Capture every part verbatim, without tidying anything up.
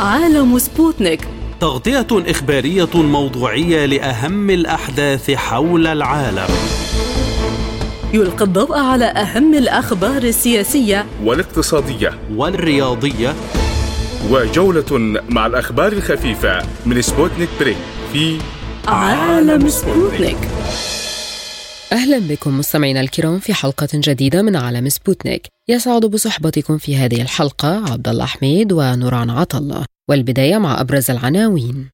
عالم سبوتنيك، تغطية إخبارية موضوعية لأهم الأحداث حول العالم. يلقي الضوء على أهم الأخبار السياسية والاقتصادية والرياضية، وجولة مع الأخبار الخفيفة من سبوتنيك بريك في عالم سبوتنيك. أهلا بكم مستمعينا الكرام في حلقة جديدة من عالم سبوتنيك. يسعد بصحبتكم في هذه الحلقة عبد الله حميد ونوران عطلة، والبداية مع أبرز العناوين.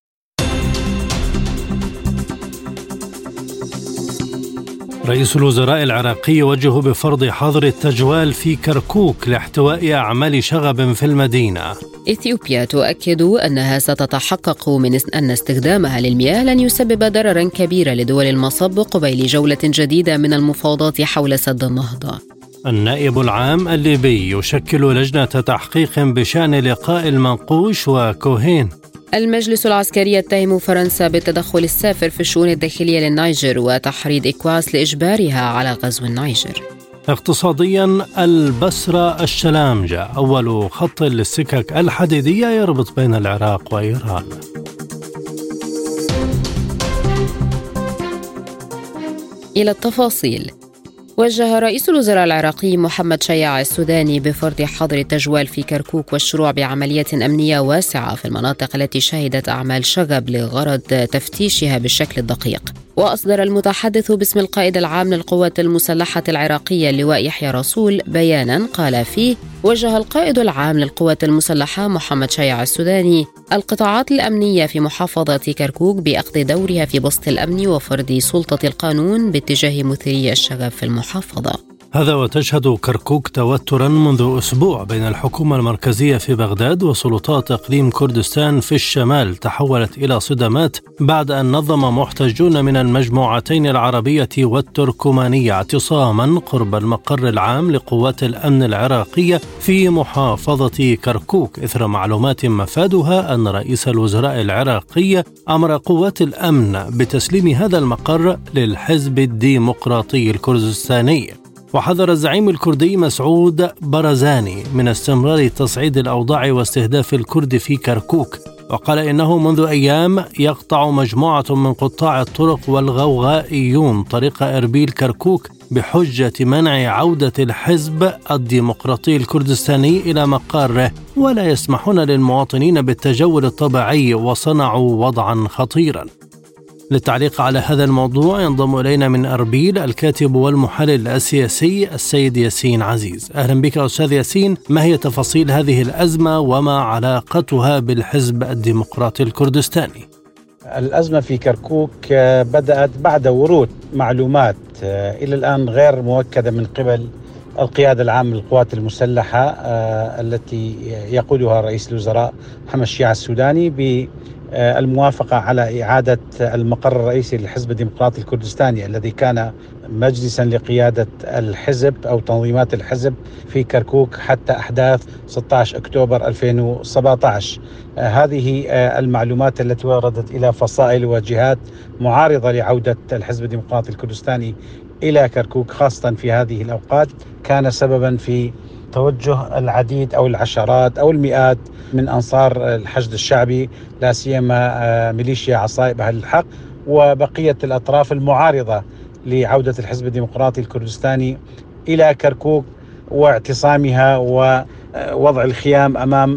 رئيس الوزراء العراقي يوجه بفرض حظر التجوال في كركوك لاحتواء أعمال شغب في المدينة. إثيوبيا تؤكد أنها ستتحقق من أن استخدامها للمياه لن يسبب ضررا كبيرا لدول المصب قبيل جولة جديدة من المفاوضات حول سد النهضة. النائب العام الليبي يشكل لجنة تحقيق بشأن لقاء المنقوش وكوهين. المجلس العسكري يتهم فرنسا بالتدخل السافر في الشؤون الداخلية للنيجر وتحريض إكواس لإجبارها على غزو النيجر. اقتصاديا، البصرة الشلامجة أول خط للسكك الحديدية يربط بين العراق وإيران. إلى التفاصيل. وجه رئيس الوزراء العراقي محمد شياع السوداني بفرض حظر التجوال في كركوك والشروع بعملية أمنية واسعة في المناطق التي شهدت أعمال شغب لغرض تفتيشها بالشكل الدقيق. وأصدر المتحدث باسم القائد العام للقوات المسلحة العراقية اللواء يحيى رسول بيانا قال فيه: وجه القائد العام للقوات المسلحة محمد شياع السوداني القطاعات الأمنية في محافظة كركوك بأخذ دورها في بسط الأمن وفرض سلطة القانون باتجاه مثيري الشغب في المحافظة. هذا وتشهد كركوك توترا منذ أسبوع بين الحكومة المركزية في بغداد وسلطات إقليم كردستان في الشمال، تحولت إلى صدامات بعد أن نظم محتجون من المجموعتين العربية والتركمانية اعتصاما قرب المقر العام لقوات الأمن العراقية في محافظة كركوك، إثر معلومات مفادها أن رئيس الوزراء العراقي أمر قوات الأمن بتسليم هذا المقر للحزب الديمقراطي الكردستاني. وحذر الزعيم الكردي مسعود برزاني من استمرار تصعيد الأوضاع واستهداف الكرد في كركوك، وقال إنه منذ أيام يقطع مجموعة من قطاع الطرق والغوغائيون طريق إربيل كركوك بحجة منع عودة الحزب الديمقراطي الكردستاني إلى مقاره، ولا يسمحون للمواطنين بالتجول الطبيعي، وصنعوا وضعا خطيرا. للتعليق على هذا الموضوع ينضم إلينا من أربيل الكاتب والمحلل السياسي السيد ياسين عزيز. أهلا بك أستاذ ياسين، ما هي تفاصيل هذه الأزمة وما علاقتها بالحزب الديمقراطي الكردستاني؟ الأزمة في كركوك بدأت بعد ورود معلومات إلى الآن غير مؤكدة من قبل القيادة العامة للقوات المسلحة التي يقودها رئيس الوزراء محمد شياع السوداني ب الموافقة على إعادة المقر الرئيسي للحزب الديمقراطي الكردستاني الذي كان مجلسا لقيادة الحزب أو تنظيمات الحزب في كركوك حتى أحداث ستة عشر أكتوبر ألفين وسبعة عشر. هذه المعلومات التي وردت إلى فصائل وجهات معارضة لعودة الحزب الديمقراطي الكردستاني إلى كركوك خاصة في هذه الأوقات كان سببا في توجه العديد أو العشرات أو المئات من أنصار الحشد الشعبي، لا سيما ميليشيا عصائب أهل الحق وبقية الأطراف المعارضة لعودة الحزب الديمقراطي الكردستاني إلى كركوك واعتصامها ووضع الخيام أمام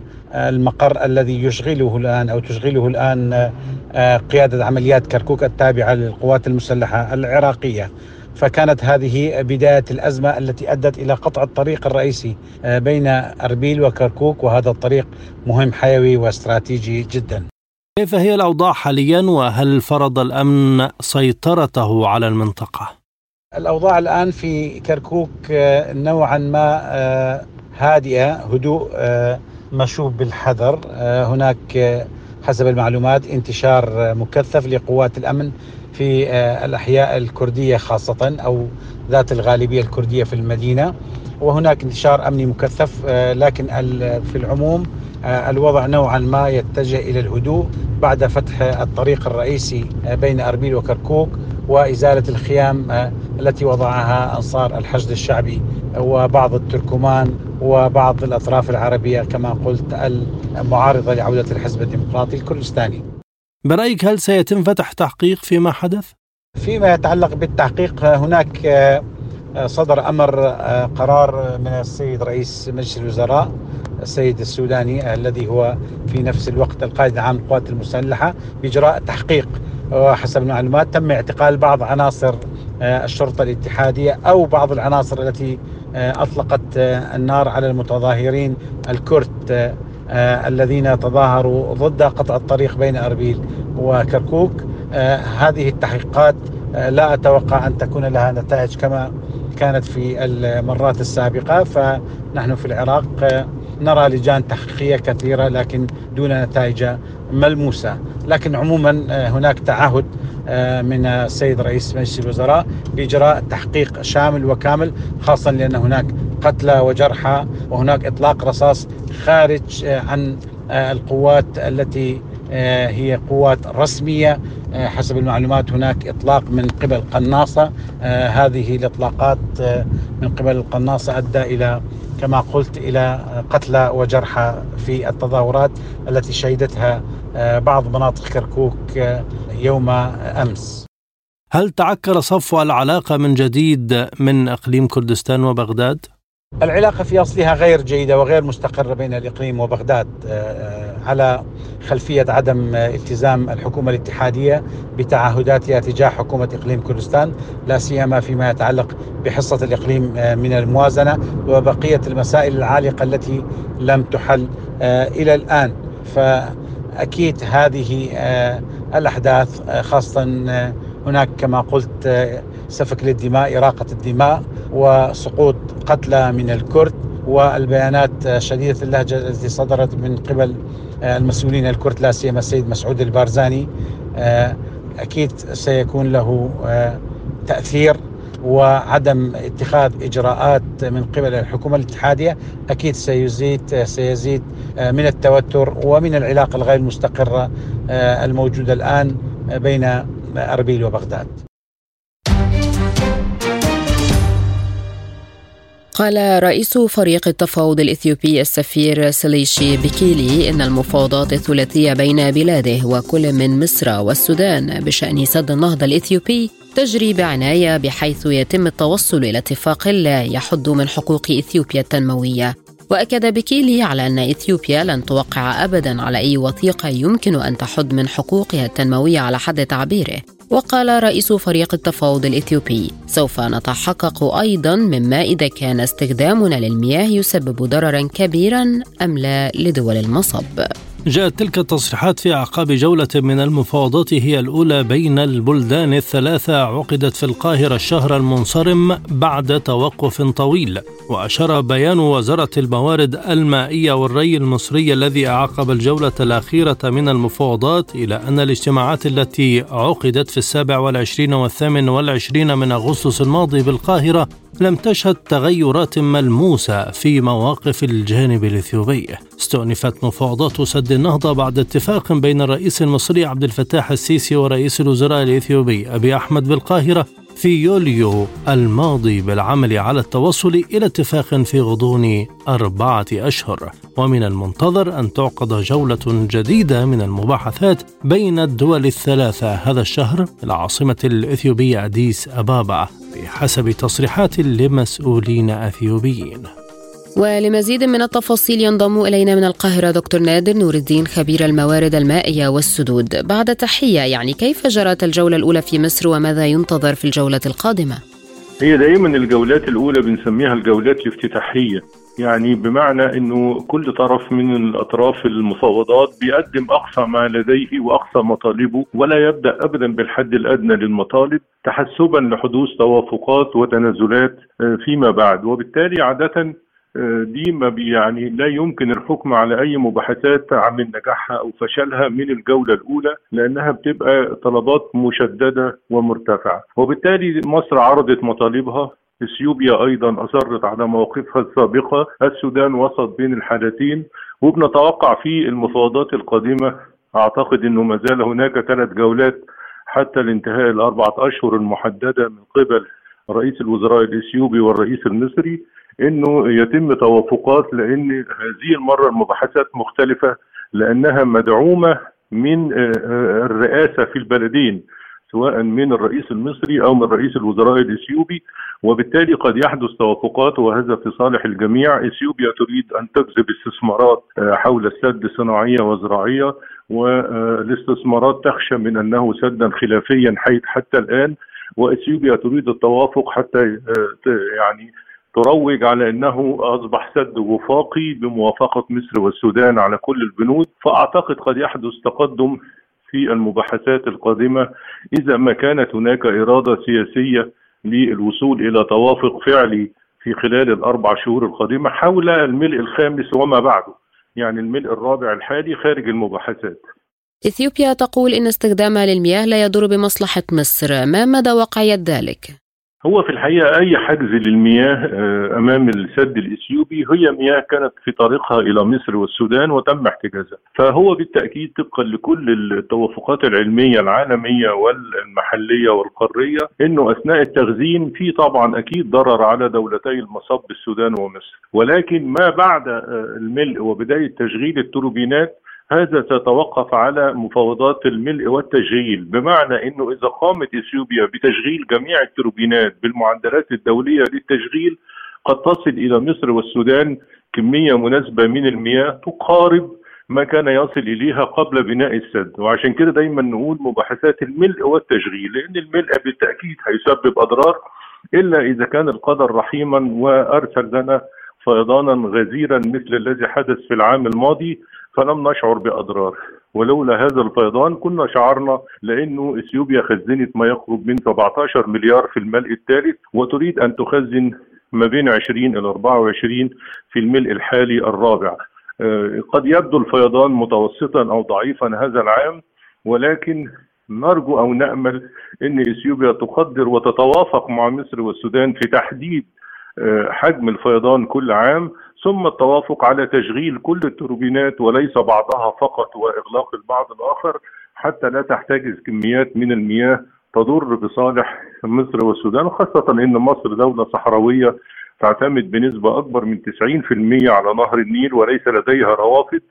المقر الذي يشغله الآن أو تشغله الآن قيادة عمليات كركوك التابعة للقوات المسلحة العراقية. فكانت هذه بداية الأزمة التي أدت إلى قطع الطريق الرئيسي بين أربيل وكركوك، وهذا الطريق مهم حيوي واستراتيجي جدا. كيف هي الأوضاع حاليا، وهل فرض الأمن سيطرته على المنطقة؟ الأوضاع الآن في كركوك نوعا ما هادئة، هدوء مشوب بالحذر. هناك حسب المعلومات انتشار مكثف لقوات الأمن في الأحياء الكردية خاصة أو ذات الغالبية الكردية في المدينة، وهناك انتشار أمني مكثف، لكن في العموم الوضع نوعا ما يتجه إلى الهدوء بعد فتح الطريق الرئيسي بين أربيل وكركوك وإزالة الخيام التي وضعها أنصار الحشد الشعبي وبعض التركمان وبعض الأطراف العربية كما قلت المعارضة لعودة الحزب الديمقراطي الكردستاني. برأيك هل سيتم فتح تحقيق فيما حدث؟ فيما يتعلق بالتحقيق هناك صدر أمر قرار من السيد رئيس مجلس الوزراء السيد السوداني الذي هو في نفس الوقت القائد العام للقوات المسلحة بإجراء تحقيق. وحسب المعلومات تم اعتقال بعض عناصر الشرطة الاتحادية أو بعض العناصر التي أطلقت النار على المتظاهرين الكرد الذين تظاهروا ضد قطع الطريق بين أربيل وكركوك. هذه التحقيقات لا أتوقع أن تكون لها نتائج كما كانت في المرات السابقة، فنحن في العراق نرى لجان تحقيقية كثيرة لكن دون نتائج ملموسة. لكن عموما هناك تعهد من السيد رئيس مجلس الوزراء بإجراء تحقيق شامل وكامل، خاصة لأن هناك قتلى وجرحى وهناك إطلاق رصاص خارج عن القوات التي هي قوات رسمية. حسب المعلومات هناك إطلاق من قبل قناصة، هذه الإطلاقات من قبل القناصة أدى إلى كما قلت إلى قتلى وجرحى في التظاهرات التي شهدتها بعض مناطق كركوك يوم أمس. هل تعكر صفو العلاقة من جديد من إقليم كردستان وبغداد؟ العلاقة في أصلها غير جيدة وغير مستقرة بين الإقليم وبغداد على خلفية عدم التزام الحكومة الاتحادية بتعهداتها تجاه حكومة إقليم كردستان، لا سيما فيما يتعلق بحصة الإقليم من الموازنة وبقية المسائل العالقة التي لم تحل إلى الآن. فأكيد هذه الأحداث خاصة هناك كما قلت سفك للدماء، إراقة الدماء وسقوط قتلى من الكرد، والبيانات شديدة اللهجة التي صدرت من قبل المسؤولين الكرد لا سيما السيد مسعود البارزاني أكيد سيكون له تأثير، وعدم اتخاذ إجراءات من قبل الحكومة الاتحادية أكيد سيزيد سيزيد من التوتر ومن العلاقة الغير مستقرة الموجودة الآن بين أربيل وبغداد. قال رئيس فريق التفاوض الإثيوبي السفير سليشي بكيلي إن المفاوضات الثلاثية بين بلاده وكل من مصر والسودان بشأن سد النهضة الإثيوبي تجري بعناية بحيث يتم التوصل إلى اتفاق لا يحد من حقوق إثيوبيا التنموية. وأكد بكيلي على أن إثيوبيا لن توقع أبدا على أي وثيقة يمكن أن تحد من حقوقها التنموية على حد تعبيره. وقال رئيس فريق التفاوض الإثيوبي: سوف نتحقق أيضا مما إذا كان استخدامنا للمياه يسبب ضررا كبيرا أم لا لدول المصب. جاءت تلك التصريحات في أعقاب جولة من المفاوضات هي الأولى بين البلدان الثلاثة عقدت في القاهرة الشهر المنصرم بعد توقف طويل. وأشار بيان وزارة الموارد المائية والري المصري الذي أعقب الجولة الأخيرة من المفاوضات إلى أن الاجتماعات التي عقدت في السابع والعشرين والثامن والعشرين من أغسطس الماضي بالقاهرة لم تشهد تغيرات ملموسة في مواقف الجانب الإثيوبي. استؤنفت مفاوضات سد النهضة بعد اتفاق بين الرئيس المصري عبد الفتاح السيسي ورئيس الوزراء الإثيوبي أبي أحمد بالقاهرة في يوليو الماضي بالعمل على التوصل إلى اتفاق في غضون أربعة أشهر. ومن المنتظر أن تعقد جولة جديدة من المباحثات بين الدول الثلاثة هذا الشهر العاصمة الإثيوبية أديس أبابا بحسب تصريحات لمسؤولين أثيوبيين. ولمزيد من التفاصيل ينضم إلينا من القاهرة دكتور نادر نور الدين خبير الموارد المائية والسدود. بعد تحية، يعني كيف جرت الجولة الأولى في مصر وماذا ينتظر في الجولة القادمة؟ هي دائما الجولات الأولى بنسميها الجولات الافتتاحية، يعني بمعنى أنه كل طرف من الأطراف المفاوضات بيقدم أقصى ما لديه وأقصى مطالبه، ولا يبدأ أبدا بالحد الأدنى للمطالب تحسبا لحدوث توافقات وتنازلات فيما بعد. وبالتالي عادة دي ما يعني لا يمكن الحكم على أي مباحثات عن نجاحها أو فشلها من الجولة الأولى، لأنها بتبقى طلبات مشددة ومرتفعة. وبالتالي مصر عرضت مطالبها، اثيوبيا أيضا أصرت على مواقفها السابقة، السودان وسط بين الحالتين. وبنتوقع في المفاوضات القادمة أعتقد أنه ما زال هناك ثلاث جولات حتى الانتهاء الأربعة أشهر المحددة من قبل رئيس الوزراء الإثيوبي والرئيس المصري إنه يتم توافقات، لأن هذه المرة المباحثات مختلفة لأنها مدعومة من الرئاسة في البلدين، سواء من الرئيس المصري أو من رئيس الوزراء الإثيوبي، وبالتالي قد يحدث توافقات وهذا في صالح الجميع. إثيوبيا تريد أن تجذب استثمارات حول السد صناعية وزراعية، والاستثمارات تخشى من أنه سدا خلافيا حتى الآن، وإثيوبيا تريد التوافق حتى يعني تروج على أنه أصبح سد وفاقي بموافقة مصر والسودان على كل البنود. فأعتقد قد يحدث تقدم في المباحثات القادمة إذا ما كانت هناك إرادة سياسية للوصول إلى توافق فعلي في خلال الأربع شهور القادمة حول الملء الخامس وما بعده، يعني الملء الرابع الحالي خارج المباحثات. إثيوبيا تقول إن استخدامها للمياه لا يضر بمصلحة مصر، ما مدى واقعية ذلك؟ هو في الحقيقة أي حجز للمياه أمام السد الإثيوبي هي مياه كانت في طريقها إلى مصر والسودان وتم احتجازها، فهو بالتأكيد طبقا لكل التوافقات العلمية العالمية والمحلية والقارية إنه أثناء التخزين في طبعا أكيد ضرر على دولتي المصب السودان ومصر، ولكن ما بعد الملء وبداية تشغيل التوربينات هذا سيتوقف على مفاوضات الملء والتشغيل، بمعنى انه اذا قامت اثيوبيا بتشغيل جميع التوربينات بالمعدلات الدوليه للتشغيل قد تصل الى مصر والسودان كميه مناسبه من المياه تقارب ما كان يصل اليها قبل بناء السد. وعشان كده دايما نقول مباحثات الملء والتشغيل، لان الملء بالتاكيد هيسبب اضرار الا اذا كان القدر رحيما وارسل لنا فيضانا غزيرا مثل الذي حدث في العام الماضي فلم نشعر بأضرار، ولولا هذا الفيضان كنا شعرنا، لأنه إثيوبيا خزنت ما يقرب من سبعة عشر مليار في الملء الثالث وتريد أن تخزن ما بين عشرين إلى أربعة وعشرين في الملء الحالي الرابع. قد يبدو الفيضان متوسطا أو ضعيفا هذا العام، ولكن نرجو أو نأمل أن إثيوبيا تقدر وتتوافق مع مصر والسودان في تحديد حجم الفيضان كل عام، ثم التوافق على تشغيل كل التوربينات وليس بعضها فقط وإغلاق البعض الآخر، حتى لا تحتجز كميات من المياه تضر بصالح مصر والسودان، خاصة أن مصر دولة صحراوية تعتمد بنسبة أكبر من تسعين بالمئة على نهر النيل وليس لديها روافد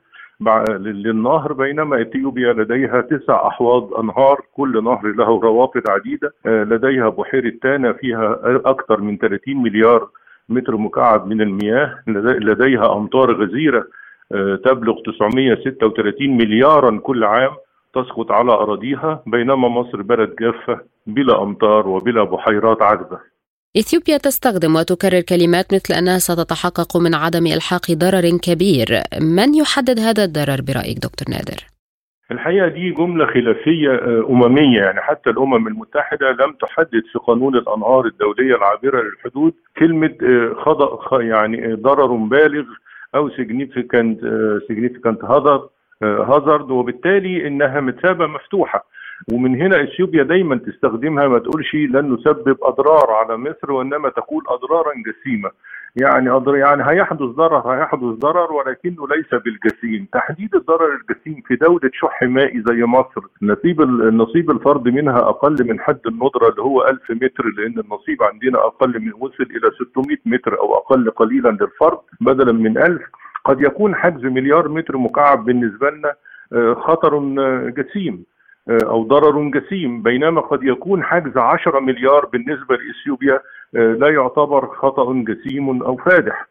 للنهر، بينما إثيوبيا لديها تسع أحواض أنهار كل نهر له روافد عديدة، لديها بحيرة تانا فيها أكثر من ثلاثين مليار متر مكعب من المياه، لديها أمطار غزيرة تبلغ تسعمئة وستة وثلاثين مليارا كل عام تسقط على أراضيها، بينما مصر بلد جافة بلا أمطار وبلا بحيرات عذبة. إثيوبيا تستخدم وتكرر كلمات مثل أنها ستتحقق من عدم إلحاق ضرر كبير، من يحدد هذا الضرر برأيك دكتور نادر؟ الحقيقة دي جملة خلافية أممية، يعني حتى الأمم المتحدة لم تحدد في قانون الأنهار الدولية العابرة للحدود كلمة خطأ يعني ضرر بالغ أو significant significant hazard hazard وبالتالي إنها متسابة مفتوحة، ومن هنا اثيوبيا دايما تستخدمها، ما تقولش لن نسبب اضرار على مصر وانما تقول اضرارا جسيمه، يعني أضر يعني هيحدث ضرر هيحدث ضرر ولكنه ليس بالجسيم. تحديد الضرر الجسيم في دوله شح مائي زي مصر نصيب النصيب الفرد منها اقل من حد الندره اللي هو ألف متر، لان النصيب عندنا اقل من وصل الى ستمئة متر او اقل قليلا للفرد بدلا من ألف. قد يكون حجز مليار متر مكعب بالنسبه لنا خطر جسيم أو ضرر جسيم، بينما قد يكون حجز عشرة مليار بالنسبة لإثيوبيا لا يعتبر خطأ جسيم أو فادح،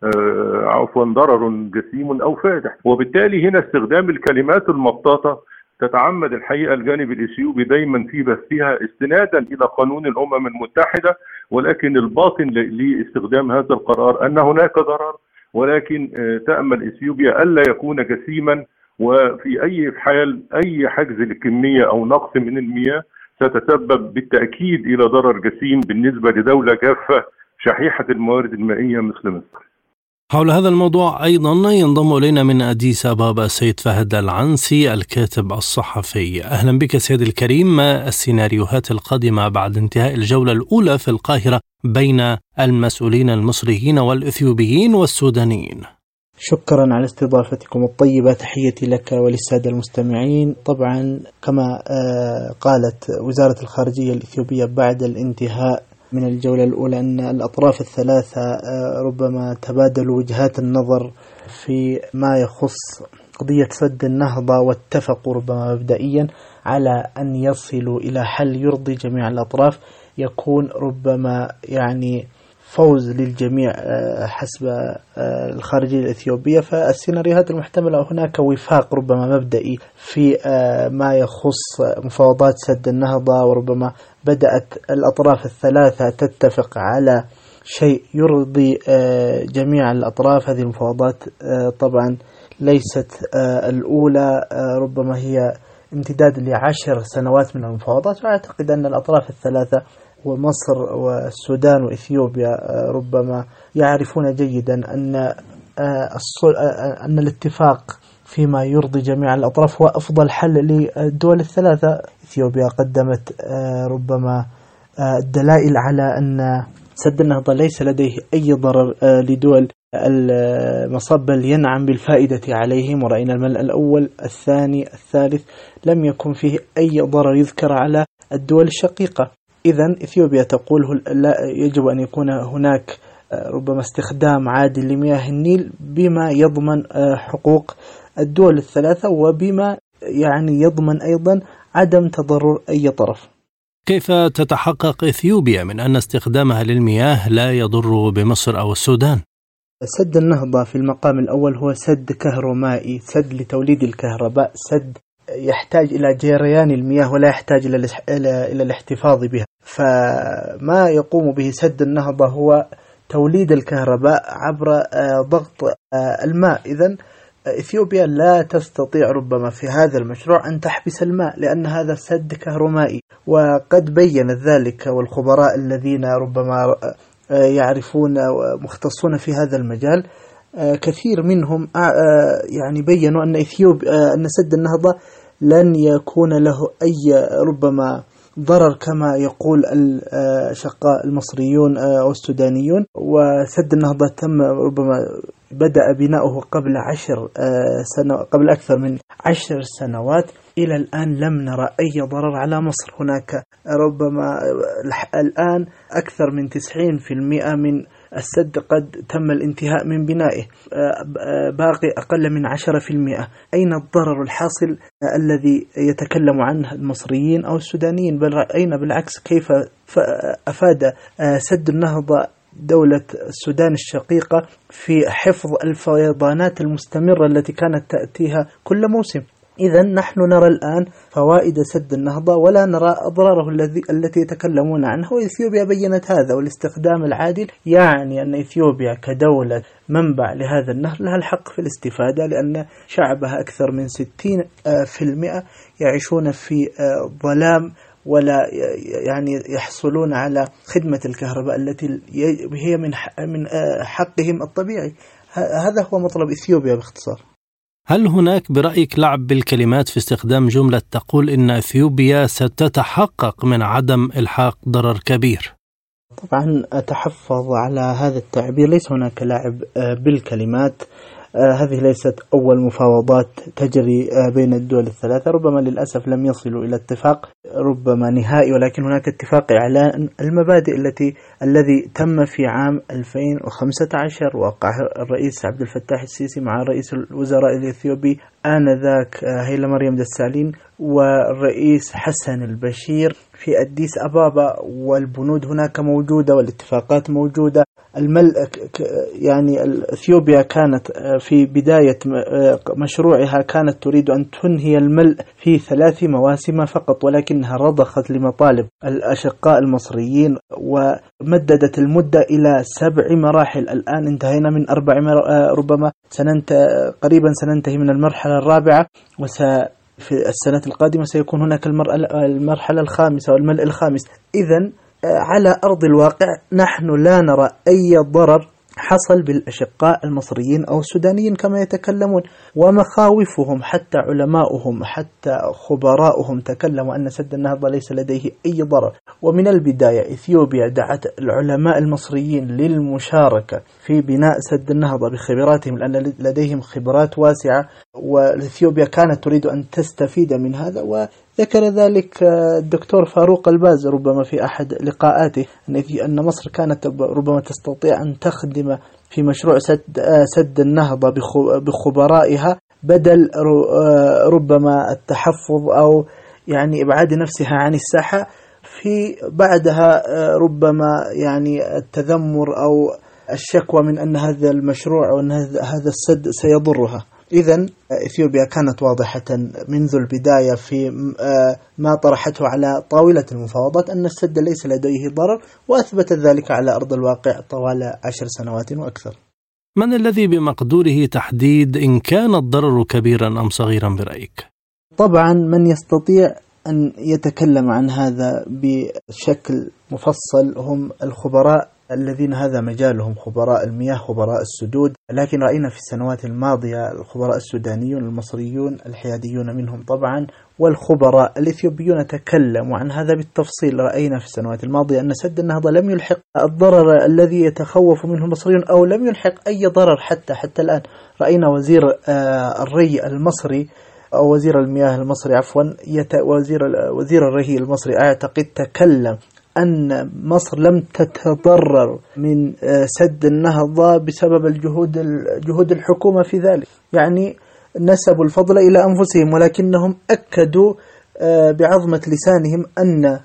عفوا ضرر جسيم أو فادح. وبالتالي هنا استخدام الكلمات المطاطة تتعمد الحقيقة الجانب الإثيوبي دايما في بثها استنادا إلى قانون الأمم المتحدة، ولكن الباطن لاستخدام هذا القرار أن هناك ضرر، ولكن تأمل إثيوبيا ألا يكون جسيما، وفي أي حال أي حجز للكمية أو نقص من المياه ستسبب بالتأكيد إلى ضرر جسيم بالنسبة لدولة جافة شحيحة الموارد المائية مثل مصر. حول هذا الموضوع أيضا ينضم إلينا من أديس أبابا السيد فهد العنسي الكاتب الصحفي. أهلا بك سيد الكريم. ما السيناريوهات القادمة بعد انتهاء الجولة الأولى في القاهرة بين المسؤولين المصريين والإثيوبيين والسودانيين؟ شكرا على استضافتكم الطيبة، تحياتي لك وللسادة المستمعين. طبعا كما قالت وزارة الخارجية الإثيوبية بعد الانتهاء من الجولة الأولى أن الأطراف الثلاثة ربما تبادلوا وجهات النظر في ما يخص قضية سد النهضة، واتفقوا ربما مبدئيا على أن يصلوا إلى حل يرضي جميع الأطراف، يكون ربما يعني فوز للجميع حسب الخارجية الإثيوبية. فالسيناريوهات المحتملة هناك وفاق ربما مبدئي في ما يخص مفاوضات سد النهضة، وربما بدأت الأطراف الثلاثة تتفق على شيء يرضي جميع الأطراف. هذه المفاوضات طبعا ليست الأولى، ربما هي امتداد لعشر سنوات من المفاوضات، وأعتقد أن الأطراف الثلاثة ومصر والسودان وإثيوبيا ربما يعرفون جيدا أن أن الاتفاق فيما يرضي جميع الأطراف هو أفضل حل للدول الثلاثة. إثيوبيا قدمت ربما الدلائل على أن سد النهضة ليس لديه أي ضرر لدول المصب، بل ينعم بالفائدة عليهم، ورأينا الملأ الأول الثاني الثالث لم يكن فيه أي ضرر يذكر على الدول الشقيقة. إذن إثيوبيا تقول لا يجب أن يكون هناك ربما استخدام عادل لمياه النيل بما يضمن حقوق الدول الثلاثة، وبما يعني يضمن أيضا عدم تضرر أي طرف. كيف تتحقق إثيوبيا من أن استخدامها للمياه لا يضر بمصر أو السودان؟ سد النهضة في المقام الأول هو سد كهرومائي، سد لتوليد الكهرباء، سد يحتاج إلى جريان المياه ولا يحتاج إلى إلى الاحتفاظ بها. فما يقوم به سد النهضة هو توليد الكهرباء عبر ضغط الماء. إذن إثيوبيا لا تستطيع ربما في هذا المشروع أن تحبس الماء، لأن هذا سد كهرومائي، وقد بين ذلك والخبراء الذين ربما يعرفون ومختصون في هذا المجال كثير منهم يعني بيّنوا أن إثيوبيا أن سد النهضة لن يكون له أي ربما ضرر كما يقول الأشقاء المصريون أو السودانيون. وسد النهضة تم ربما بدأ بناؤه قبل عشر سنة قبل أكثر من عشر سنوات، إلى الآن لم نرى أي ضرر على مصر. هناك ربما الآن أكثر من تسعين بالمئة من السد قد تم الانتهاء من بنائه، باقي أقل من عشرة بالمئة. أين الضرر الحاصل الذي يتكلم عنه المصريين أو السودانيين؟ بل رأينا بالعكس كيف أفاد سد النهضة دولة السودان الشقيقة في حفظ الفيضانات المستمرة التي كانت تأتيها كل موسم. إذن نحن نرى الآن فوائد سد النهضة ولا نرى أضراره الذي التي يتكلمون عنه، وإثيوبيا بيّنت هذا. والاستخدام العادل يعني أن إثيوبيا كدولة منبع لهذا النهر لها الحق في الاستفادة، لأن شعبها أكثر من ستين بالمئة يعيشون في ظلام ولا يعني يحصلون على خدمة الكهرباء التي هي من من حقهم الطبيعي. هذا هو مطلب إثيوبيا باختصار. هل هناك برأيك لعب بالكلمات في استخدام جملة تقول إن إثيوبيا ستتحقق من عدم إلحاق ضرر كبير؟ طبعا أتحفظ على هذا التعبير، ليس هناك لعب بالكلمات. هذه ليست أول مفاوضات تجري بين الدول الثلاثة، ربما للأسف لم يصلوا إلى اتفاق ربما نهائي، ولكن هناك اتفاق إعلان المبادئ التي الذي تم في عام ألفين وخمسة عشر، وقع الرئيس عبد الفتاح السيسي مع رئيس الوزراء الإثيوبي آنذاك هيلا مريم دسالين والرئيس حسن البشير في أديس أبابا، والبنود هناك موجودة والاتفاقات موجودة. الملء يعني إثيوبيا كانت في بداية مشروعها كانت تريد أن تنهي الملء في ثلاث مواسم فقط، ولكنها رضخت لمطالب الأشقاء المصريين ومددت المدة إلى سبع مراحل. الآن انتهينا من أربع ربما سننتهي قريبا سننتهي من المرحلة الرابعة، وس في السنة القادمة سيكون هناك المرحلة الخامسة والملء الخامس. إذن على أرض الواقع نحن لا نرى أي ضرر حصل بالأشقاء المصريين أو السودانيين كما يتكلمون، ومخاوفهم حتى علماؤهم حتى خبراؤهم تكلموا أن سد النهضة ليس لديه أي ضرر. ومن البداية إثيوبيا دعت العلماء المصريين للمشاركة في بناء سد النهضة بخبراتهم، لأن لديهم خبرات واسعة، وإثيوبيا كانت تريد أن تستفيد من هذا. وذكر ذلك الدكتور فاروق الباز ربما في أحد لقاءاته أن مصر كانت ربما تستطيع أن تخدم في مشروع سد, سد النهضة بخبرائها بدل ربما التحفظ أو يعني إبعاد نفسها عن الساحة، في بعدها ربما يعني التذمر أو الشكوى من أن هذا المشروع وأن هذا السد سيضرها. إذن إثيوبيا كانت واضحة منذ البداية في ما طرحته على طاولة المفاوضات أن السد ليس لديه ضرر، وأثبت ذلك على أرض الواقع طوال عشر سنوات وأكثر. من الذي بمقدوره تحديد إن كان الضرر كبيرا أم صغيرا برأيك؟ طبعا من يستطيع أن يتكلم عن هذا بشكل مفصل هم الخبراء الذين هذا مجالهم، خبراء المياه، خبراء السدود. لكن رأينا في السنوات الماضية الخبراء السودانيون المصريون الحياديون منهم طبعا والخبراء الإثيوبيون تكلموا عن هذا بالتفصيل. رأينا في السنوات الماضية أن سد النهضة لم يلحق الضرر الذي يتخوف منه المصريون، أو لم يلحق أي ضرر حتى حتى الآن. رأينا وزير الري المصري أو وزير المياه المصري عفوا وزير وزير الري المصري أعتقد تكلم أن مصر لم تتضرر من سد النهضة بسبب الجهود جهود الحكومة في ذلك، يعني نسبوا الفضل إلى أنفسهم، ولكنهم أكدوا بعظمة لسانهم أن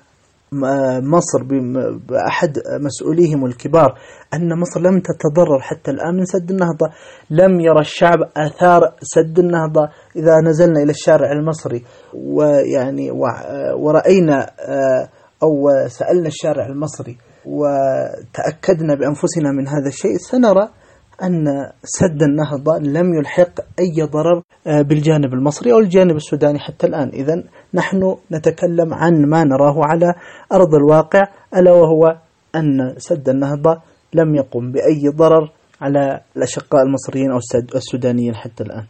مصر بأحد مسؤوليهم الكبار أن مصر لم تتضرر حتى الآن من سد النهضة. لم يرى الشعب آثار سد النهضة. إذا نزلنا إلى الشارع المصري ويعني ورأينا أو سألنا الشارع المصري وتأكدنا بأنفسنا من هذا الشيء، سنرى أن سد النهضة لم يلحق أي ضرر بالجانب المصري أو الجانب السوداني حتى الآن. إذن نحن نتكلم عن ما نراه على أرض الواقع، ألا وهو أن سد النهضة لم يقم بأي ضرر على الأشقاء المصريين أو السودانيين حتى الآن.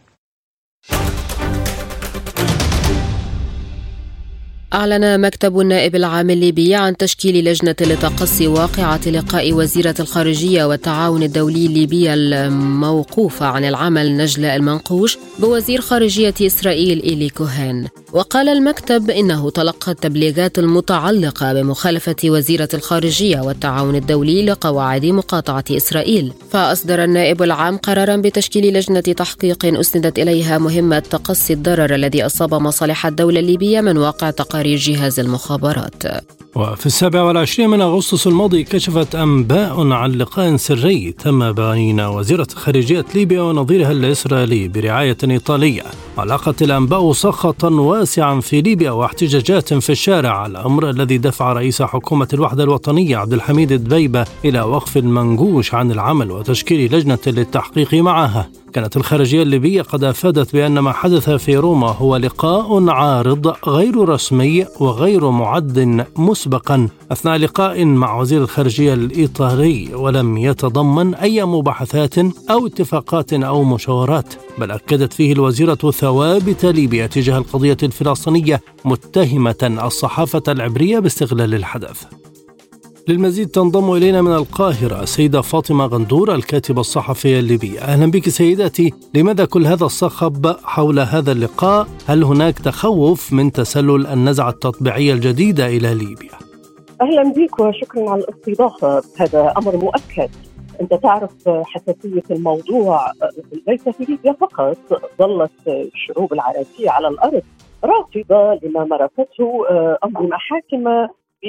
أعلن مكتب النائب العام الليبي عن تشكيل لجنة لتقصي واقعة لقاء وزيرة الخارجية والتعاون الدولي الليبية الموقوفة عن العمل نجلاء المنقوش بوزير خارجية إسرائيل إيلي كوهين. وقال المكتب إنه تلقى التبليغات المتعلقة بمخالفة وزيرة الخارجية والتعاون الدولي لقواعد مقاطعة إسرائيل، فأصدر النائب العام قرارا بتشكيل لجنة تحقيق أسندت إليها مهمة تقصي الضرر الذي أصاب مصالح الدولة الليبية من واقع تقارير جهاز المخابرات. وفي السابع والعشرين من أغسطس الماضي كشفت أنباء عن لقاء سري تم بين وزيرة خارجية ليبيا ونظيرها الإسرائيلي برعاية إيطالية. علقت الأنباء سخطا واسعا في ليبيا واحتجاجات في الشارع، الأمر الذي دفع رئيس حكومة الوحدة الوطنية عبد الحميد دبيبة إلى وقف المنقوش عن العمل وتشكيل لجنة للتحقيق معها. كانت الخارجية الليبية قد أفادت بأن ما حدث في روما هو لقاء عارض غير رسمي وغير معد مسبقا أثناء لقاء مع وزير الخارجية الإيطالي، ولم يتضمن أي مباحثات أو اتفاقات أو مشاورات، بل أكدت فيه الوزيرة ثوابت ليبيا تجاه القضية الفلسطينية، متهمة الصحافة العبرية باستغلال الحدث. للمزيد تنضم إلينا من القاهرة السيدة فاطمة غندور الكاتبة الصحفية الليبية. أهلا بك سيداتي. لماذا كل هذا الصخب حول هذا اللقاء؟ هل هناك تخوف من تسلل النزعة التطبيعية الجديدة إلى ليبيا؟ أهلا بك وشكرا على الاستضافة. هذا أمر مؤكد. أنت تعرف حساسية الموضوع ليس في ليبيا فقط، ظلت الشعوب العربية على الأرض رافضة لما مارسته أمر المحاكم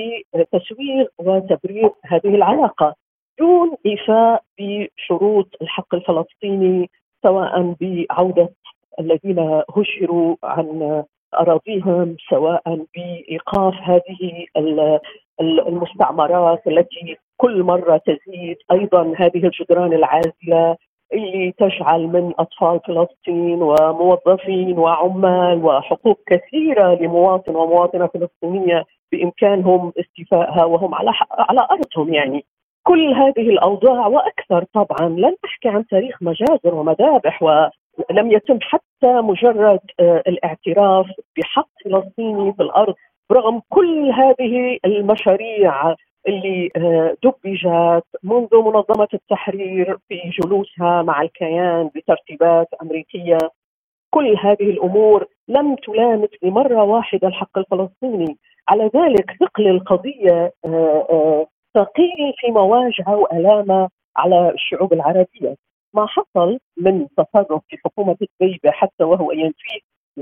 بتسويغ وتبرير هذه العلاقة دون إيفاء بشروط الحق الفلسطيني، سواء بعودة الذين هجروا عن أراضيهم، سواء بإيقاف هذه المستعمرات التي كل مرة تزيد، أيضا هذه الجدران العازلة اللي تجعل من أطفال فلسطين وموظفين وعمال وحقوق كثيرة لمواطن ومواطنة فلسطينية بإمكانهم استيفائها وهم على على أرضهم. يعني كل هذه الأوضاع وأكثر طبعا، لن أحكي عن تاريخ مجازر ومذابح، ولم يتم حتى مجرد الاعتراف بحق فلسطيني في الأرض برغم كل هذه المشاريع اللي دبجت منذ منظمة التحرير في جلوسها مع الكيان بترتيبات أمريكية. كل هذه الأمور لم تلامس بمرة واحدة الحق الفلسطيني. على ذلك ثقل القضية ثقيل في مواجهه وألامه على الشعوب العربية. ما حصل من تصرف في حكومة الدبيبة حتى وهو ينفيه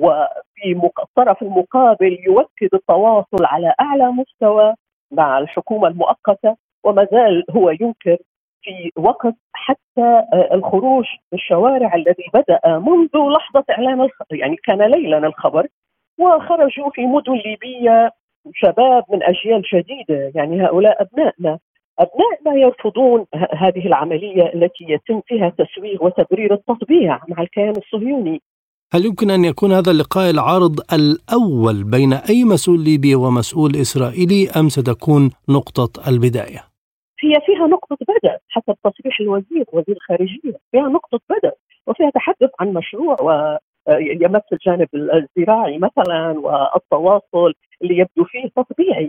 وفي الطرف المقابل يؤكد التواصل على أعلى مستوى مع الحكومة المؤقتة، وما زال هو ينكر في وقت حتى الخروج في الشوارع الذي بدأ منذ لحظة إعلان الخبر، يعني كان ليلا الخبر، وخرجوا في مدن ليبية شباب من أجيال جديدة. يعني هؤلاء أبنائنا أبنائنا يرفضون هذه العملية التي يتم فيها تسويغ وتبرير التطبيع مع الكيان الصهيوني. هل يمكن أن يكون هذا اللقاء العارض الأول بين أي مسؤول ليبي ومسؤول إسرائيلي، أم ستكون نقطة البداية؟ هي فيها نقطة بدء حسب تصريح الوزير وزير الخارجية، فيها نقطة بدء وفيها تحدث عن مشروع ويمس الجانب الزراعي مثلا والتواصل اللي يبدو فيه تطبيعي.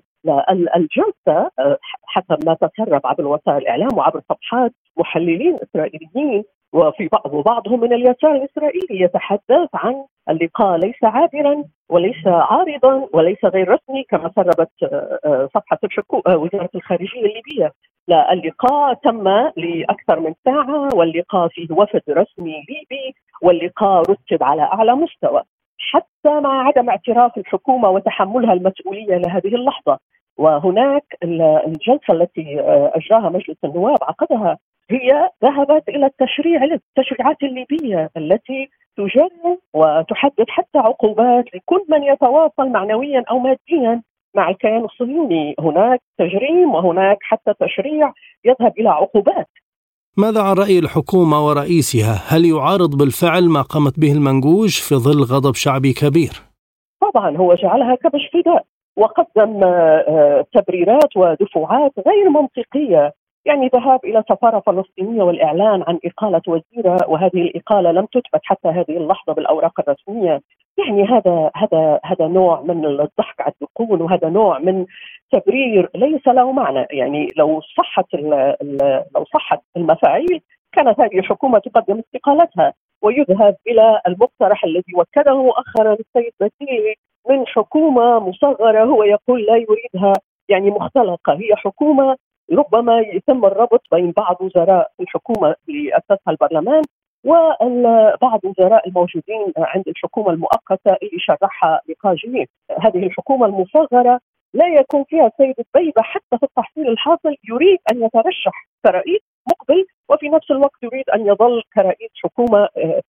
الجلسة حسب ما تسرب عبر وسائل الإعلام وعبر صفحات محللين إسرائيليين وفي بعض وبعضهم من اليسار الإسرائيلي يتحدث عن اللقاء ليس عابرا وليس عارضا وليس غير رسمي كما سربت صفحة وزارة الخارجية الليبية. لا، اللقاء تم لأكثر من ساعة، واللقاء فيه وفد رسمي ليبي، واللقاء رتب على أعلى مستوى حتى مع عدم اعتراف الحكومة وتحملها المسؤولية لهذه اللحظة. وهناك الجلسة التي أجراها مجلس النواب عقدها هي ذهبت إلى التشريع التشريعات الليبية التي تجرم وتحدد حتى عقوبات لكل من يتواصل معنويا أو ماديا مع الكيان الصهيوني. هناك تجريم وهناك حتى تشريع يذهب إلى عقوبات. ماذا عن رأي الحكومة ورئيسها؟ هل يعارض بالفعل ما قامت به المنقوش في ظل غضب شعبي كبير؟ طبعا هو جعلها كبش فداء وقدم تبريرات ودفعات غير منطقية، يعني ذهاب إلى سفارة فلسطينية والإعلان عن إقالة وزيرة، وهذه الإقالة لم تثبت حتى هذه اللحظة بالأوراق الرسمية. يعني هذا هذا هذا نوع من الضحك على الدقون، وهذا نوع من تبرير ليس له معنى. يعني لو صحت لو صحت المفاعيل كانت هذه الحكومة تقدم استقالتها ويذهب إلى المقترح الذي وكله مؤخرا السيد بسيلي من حكومة مصغرة هو يقول لا يريدها، يعني مختلقة. هي حكومة ربما يتم الربط بين بعض وزراء الحكومة اللي أسسها البرلمان وبعض وزراء الموجودين عند الحكومة المؤقتة اللي شرحها لقاجين. هذه الحكومة المصغرة لا يكون فيها سيد الدبيبة حتى في التحصيل الحاصل يريد أن يترشح كرئيس مقبل، وفي نفس الوقت يريد أن يظل كرئيس حكومة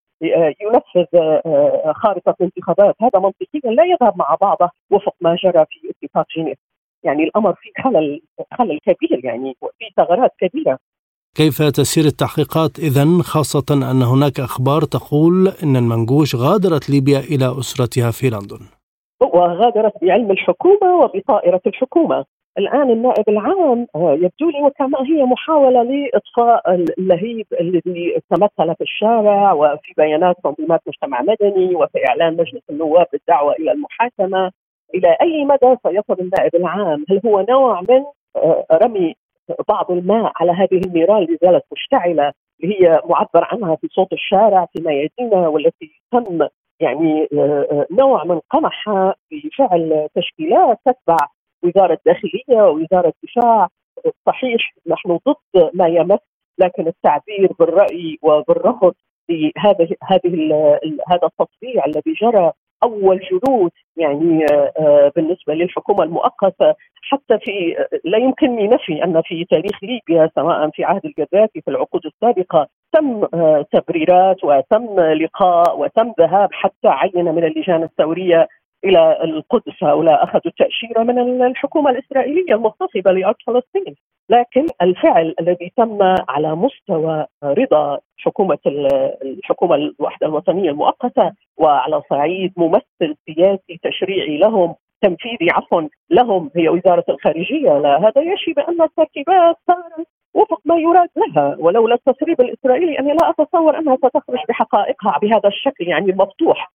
ينفذ خارطة الانتخابات. هذا منطقيا لا يذهب مع بعضه وفق ما جرى في اتفاق جنيف. يعني الأمر فيه خلل خلل كبير، يعني وفي ثغرات كبيرة. كيف تسير التحقيقات إذن، خاصة أن هناك أخبار تقول أن المنقوش غادرت ليبيا إلى أسرتها في لندن؟ وغادرت بعلم الحكومة وبطائرة الحكومة. الآن النائب العام يبدو لي وكما هي محاولة لإطفاء اللهيب الذي تمثل في الشارع وفي بيانات تنظيمات مجتمع مدني وفي إعلان مجلس النواب بالدعوة إلى المحاكمة. إلى أي مدى سيصل النائب العام؟ هل هو نوع من رمي بعض الماء على هذه النيران اللي زالت مشتعلة اللي هي معبر عنها في صوت الشارع في ميادينها، والتي تم يعني نوع من قمعها بفعل تشكيلات تتبع وزارة الداخلية ووزارة الدفاع؟ صحيح نحن ضد ما يمس، لكن التعبير بالرأي وبالرفض لهذا هذه هذا التطبيع الذي جرى أول جلوس يعني بالنسبة للحكومة المؤقتة، حتى في لا يمكنني نفي أن في تاريخ ليبيا سواء في عهد القذافي في العقود السابقة تم تبريرات وتم لقاء وتم ذهاب حتى عينة من اللجان الثورية إلى القدس. هؤلاء أخذوا التأشيرة من الحكومة الإسرائيلية المغتصبة لأرض فلسطين. لكن الفعل الذي تم على مستوى رضا حكومة الحكومة الوحدة الوطنية المؤقتة وعلى صعيد ممثل سياسي تشريعي لهم تنفيذي عفوا لهم هي وزارة الخارجية، لا هذا يشي بأن الترتيبات صارت وفق ما يراد لها، ولولا التسريب الإسرائيلي أنا لا أتصور أنها ستخرج بحقائقها بهذا الشكل يعني المفتوح.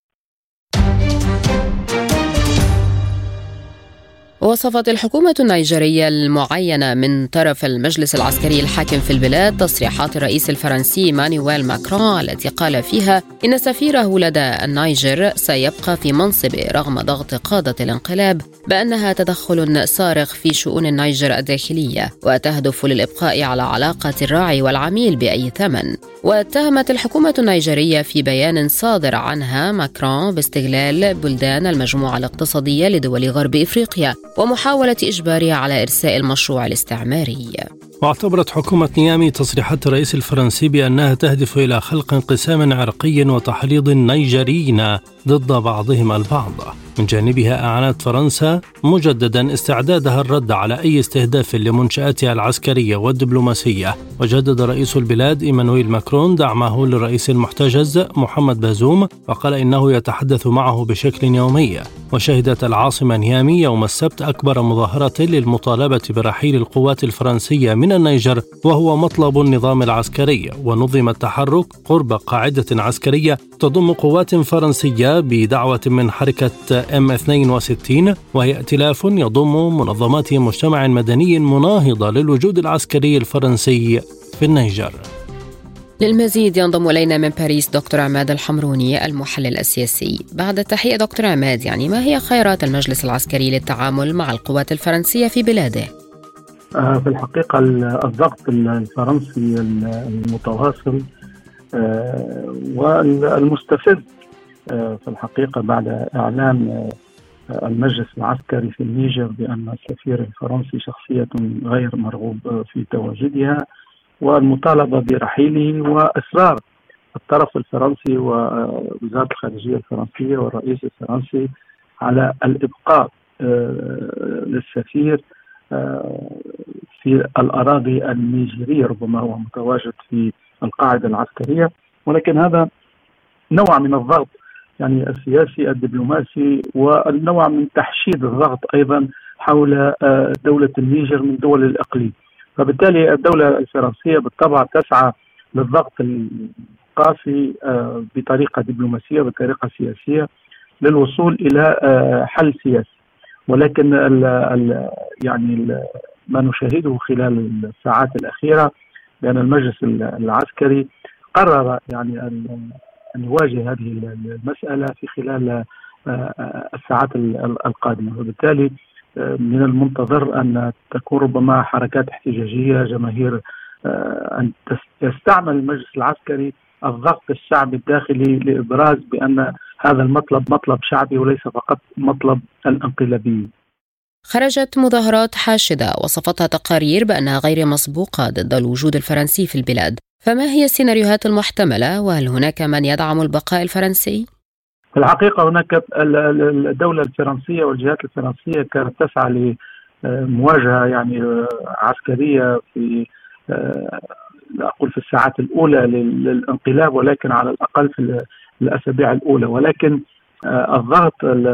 وصفت الحكومة النيجيرية المعينة من طرف المجلس العسكري الحاكم في البلاد تصريحات الرئيس الفرنسي إيمانويل ماكرون التي قال فيها إن سفيره لدى النيجر سيبقى في منصبه رغم ضغط قادة الانقلاب بأنها تدخل صارخ في شؤون النيجر الداخلية وتهدف للإبقاء على علاقة الراعي والعميل بأي ثمن. واتهمت الحكومة النيجرية في بيان صادر عنها ماكرون باستغلال بلدان المجموعة الاقتصادية لدول غرب إفريقيا ومحاولة إجبارها على إرساء المشروع الاستعماري. واعتبرت حكومة نيامي تصريحات الرئيس الفرنسي بأنها تهدف إلى خلق انقسام عرقي وتحريض النيجريين ضد بعضهم البعض. من جانبها أعلنت فرنسا مجددا استعدادها الرد على أي استهداف لمنشآتها العسكرية والدبلوماسية. وجدد رئيس البلاد إيمانويل ماكرون دعمه للرئيس المحتجز محمد بازوم وقال إنه يتحدث معه بشكل يومي. وشهدت العاصمة نيامي يوم السبت أكبر مظاهرة للمطالبة برحيل القوات الفرنسية من النيجر وهو مطلب النظام العسكري. ونظم التحرك قرب قاعدة عسكرية تضم قوات فرنسية بدعوة من حركة إم اثنين وستين وهي ائتلاف يضم منظمات مجتمع مدني مناهضة للوجود العسكري الفرنسي في النيجر. للمزيد ينضم إلينا من باريس دكتور عماد الحمروني المحلل السياسي. بعد التحية دكتور عماد، يعني ما هي خيارات المجلس العسكري للتعامل مع القوات الفرنسية في بلاده؟ في الحقيقة الضغط الفرنسي المتواصل والمستفز في الحقيقة بعد إعلان المجلس العسكري في النيجر بأن السفير الفرنسي شخصية غير مرغوب في تواجدها والمطالبة برحيله، وإصرار الطرف الفرنسي ووزارة الخارجية الفرنسية والرئيس الفرنسي على الإبقاء للسفير في الأراضي النيجيرية، ربما هو متواجد في القاعدة العسكرية، ولكن هذا نوع من الضغط يعني السياسي الدبلوماسي والنوع من تحشيد الضغط أيضا حول دولة النيجر من دول الإقليم. فبالتالي الدولة الفرنسية بالطبع تسعى للضغط القاسي بطريقة دبلوماسية بطريقة سياسية للوصول إلى حل سياسي. ولكن ال ال يعني ال ما نشاهده خلال الساعات الأخيرة بأن المجلس العسكري قرر يعني أن يواجه هذه المسألة في خلال الساعات القادمة. وبالتالي من المنتظر أن تكون ربما حركات احتجاجية جماهير أن يستعمل المجلس العسكري الضغط الشعبي الداخلي لإبراز بأن هذا المطلب مطلب شعبي وليس فقط مطلب الانقلابي. خرجت مظاهرات حاشدة وصفتها تقارير بأنها غير مسبوقة ضد الوجود الفرنسي في البلاد، فما هي السيناريوهات المحتملة وهل هناك من يدعم البقاء الفرنسي؟ في الحقيقة هناك الدولة الفرنسية والجهات الفرنسية كانت تسعى لمواجهة يعني عسكرية في لا أقول في الساعات الأولى للانقلاب ولكن على الأقل في الأسابيع الأولى، ولكن الضغط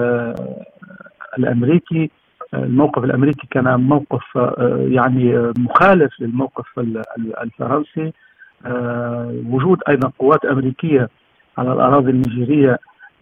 الأمريكي الموقف الأمريكي كان موقف يعني مخالف للموقف الفرنسي. وجود أيضا قوات أمريكية على الأراضي النيجيرية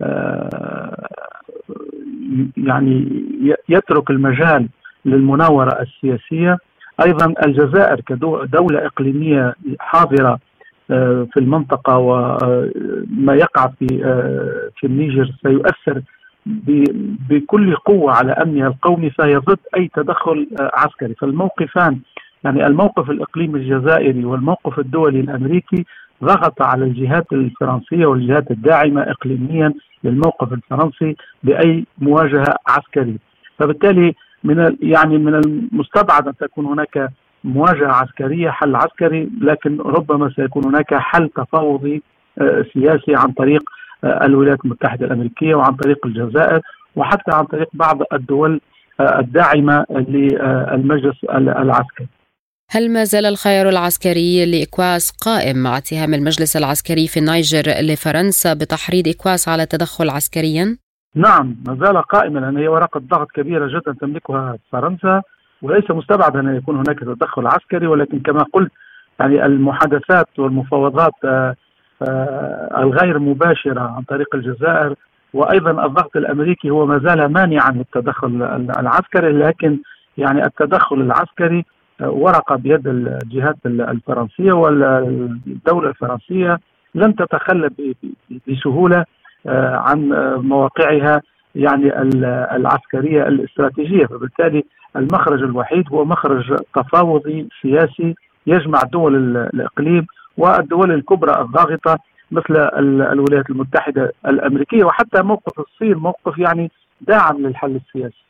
يعني يترك المجال للمناورة السياسية. أيضا الجزائر كدولة إقليمية حاضرة في المنطقة وما يقع في في النيجر سيؤثر بكل قوة على أمنها القومي، فهي ضد أي تدخل عسكري. فالموقفان يعني الموقف الإقليمي الجزائري والموقف الدولي الأمريكي ضغط على الجهات الفرنسية والجهات الداعمة إقليميا للموقف الفرنسي بأي مواجهة عسكرية. فبالتالي من يعني من المستبعد أن تكون هناك مواجهة عسكرية حل عسكري، لكن ربما سيكون هناك حل تفاوضي سياسي عن طريق الولايات المتحدة الأمريكية وعن طريق الجزائر وحتى عن طريق بعض الدول الداعمة للمجلس العسكري. هل ما زال الخيار العسكري لإكواس قائم مع اتهام المجلس العسكري في النيجر لفرنسا بتحريض إكواس على التدخل عسكريا؟ نعم ما زال قائما، لأن هي ورقة ضغط كبيرة جدا تملكها فرنسا وليس مستبعدا أن يكون هناك تدخل عسكري، ولكن كما قلت يعني المحادثات والمفاوضات الغير مباشرة عن طريق الجزائر وأيضا الضغط الأمريكي هو ما زال مانعا من التدخل العسكري، لكن يعني التدخل العسكري ورقة بيد الجهات الفرنسية، والدولة الفرنسية لن تتخلى بسهولة عن مواقعها يعني العسكرية الاستراتيجية. فبالتالي المخرج الوحيد هو مخرج تفاوضي سياسي يجمع دول الإقليم والدول الكبرى الضاغطة مثل الولايات المتحدة الأمريكية، وحتى موقف الصين موقف يعني داعم للحل السياسي.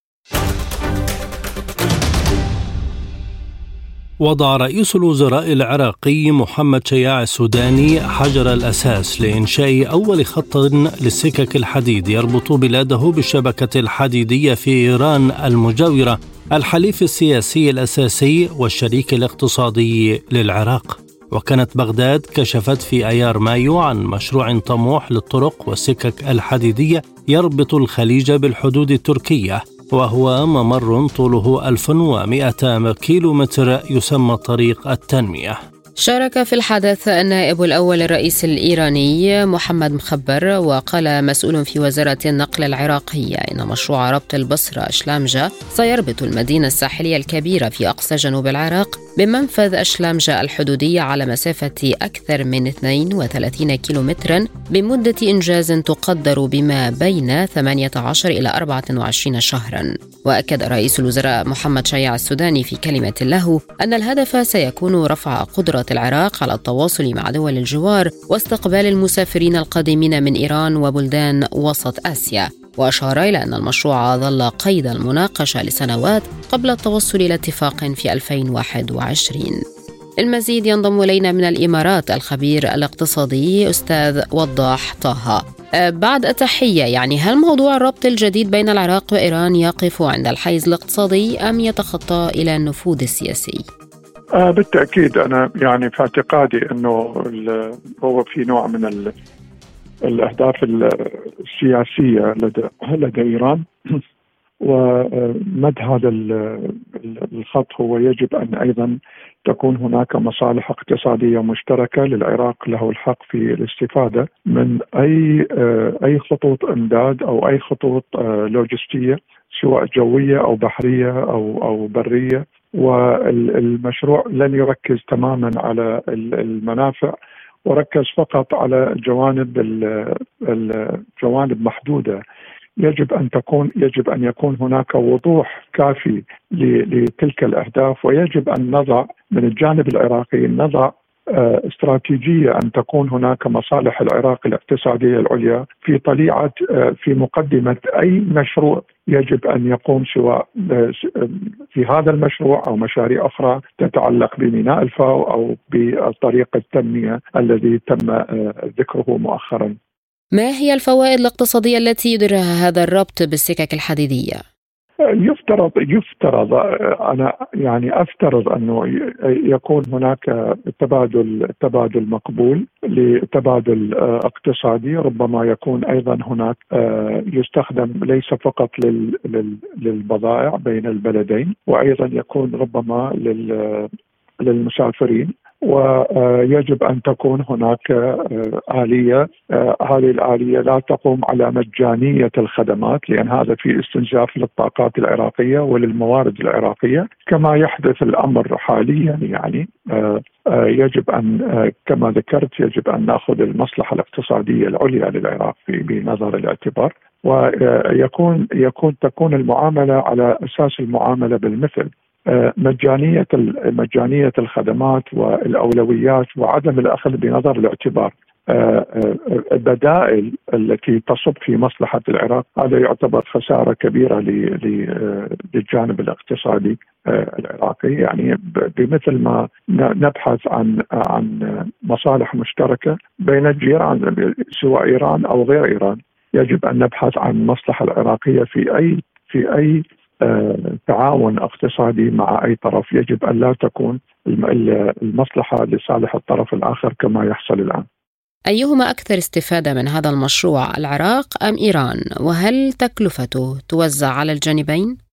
وضع رئيس الوزراء العراقي محمد شياع السوداني حجر الأساس لإنشاء أول خط للسكك الحديد يربط بلاده بالشبكة الحديدية في إيران المجاورة، الحليف السياسي الأساسي والشريك الاقتصادي للعراق. وكانت بغداد كشفت في أيار مايو عن مشروع طموح للطرق والسكك الحديدية يربط الخليج بالحدود التركية، وهو ممر طوله ألف ومئة كيلومتر يسمى طريق التنمية. شارك في الحدث النائب الأول للرئيس الإيراني محمد مخبر، وقال مسؤول في وزارة النقل العراقية إن مشروع ربط البصرة أشلامجة سيربط المدينة الساحلية الكبيرة في أقصى جنوب العراق بمنفذ أشلامجة الحدودي على مسافة أكثر من اثنين وثلاثين كيلومترا بمدة إنجاز تقدر بما بين ثمانية عشر إلى أربعة وعشرين شهرا. وأكد رئيس الوزراء محمد شياع السوداني في كلمة له أن الهدف سيكون رفع قدرة العراق على التواصل مع دول الجوار واستقبال المسافرين القادمين من إيران وبلدان وسط آسيا. وأشار إلى أن المشروع ظل قيد المناقشة لسنوات قبل التوصل إلى اتفاق في ألفين وواحد وعشرين. المزيد ينضم إلينا من الإمارات الخبير الاقتصادي أستاذ وضاح طه. بعد التحية، يعني هل موضوع الربط الجديد بين العراق وإيران يقف عند الحيز الاقتصادي أم يتخطى إلى النفوذ السياسي؟ آه بالتأكيد أنا يعني في اعتقادي أنه هو في نوع من ال الأهداف السياسية لدى, لدى إيران، ومد هذا الخط هو يجب أن أيضا تكون هناك مصالح اقتصادية مشتركة للعراق له الحق في الاستفادة من أي أي خطوط إمداد أو أي خطوط لوجستية سواء جوية أو بحرية أو أو برية. والمشروع لن يركز تماما على المنافع، وركز فقط على جوانب الجوانب محدودة. يجب أن تكون يجب أن يكون هناك وضوح كافي لتلك الأهداف، ويجب أن نضع من الجانب العراقي نضع استراتيجية أن تكون هناك مصالح العراق الاقتصادية العليا في طليعة في مقدمة أي مشروع يجب أن يقوم، سواء في هذا المشروع أو مشاريع أخرى تتعلق بميناء الفاو أو بطريق التنمية الذي تم ذكره مؤخرا. ما هي الفوائد الاقتصادية التي يدرها هذا الربط بالسكك الحديدية؟ يفترض يفترض أنا يعني أفترض أنه يكون هناك تبادل تبادل مقبول لتبادل اقتصادي، ربما يكون أيضا هناك يستخدم ليس فقط للبضائع بين البلدين، وأيضا يكون ربما للمسافرين. ويجب أن تكون هناك آلية، هذه الآلية لا تقوم على مجانية الخدمات، لأن هذا في استنزاف للطاقات العراقية وللموارد العراقية كما يحدث الأمر حاليا. يعني يجب أن كما ذكرت يجب أن نأخذ المصلحة الاقتصادية العليا للعراق بنظر الاعتبار، ويكون يكون تكون المعاملة على أساس المعاملة بالمثل، مجانية مجانية الخدمات والأولويات وعدم الأخذ بنظر الاعتبار البدائل التي تصب في مصلحة العراق. هذا يعتبر خسارة كبيرة للجانب الاقتصادي العراقي. يعني بمثل ما نبحث عن عن مصالح مشتركة بين الجيران سواء إيران أو غير إيران، يجب أن نبحث عن المصلحة العراقية في أي في أي تعاون اقتصادي مع أي طرف. يجب أن لا تكون المصلحة لصالح الطرف الآخر كما يحصل الآن. أيهما أكثر استفادة من هذا المشروع، العراق أم إيران؟ وهل تكلفته توزع على الجانبين؟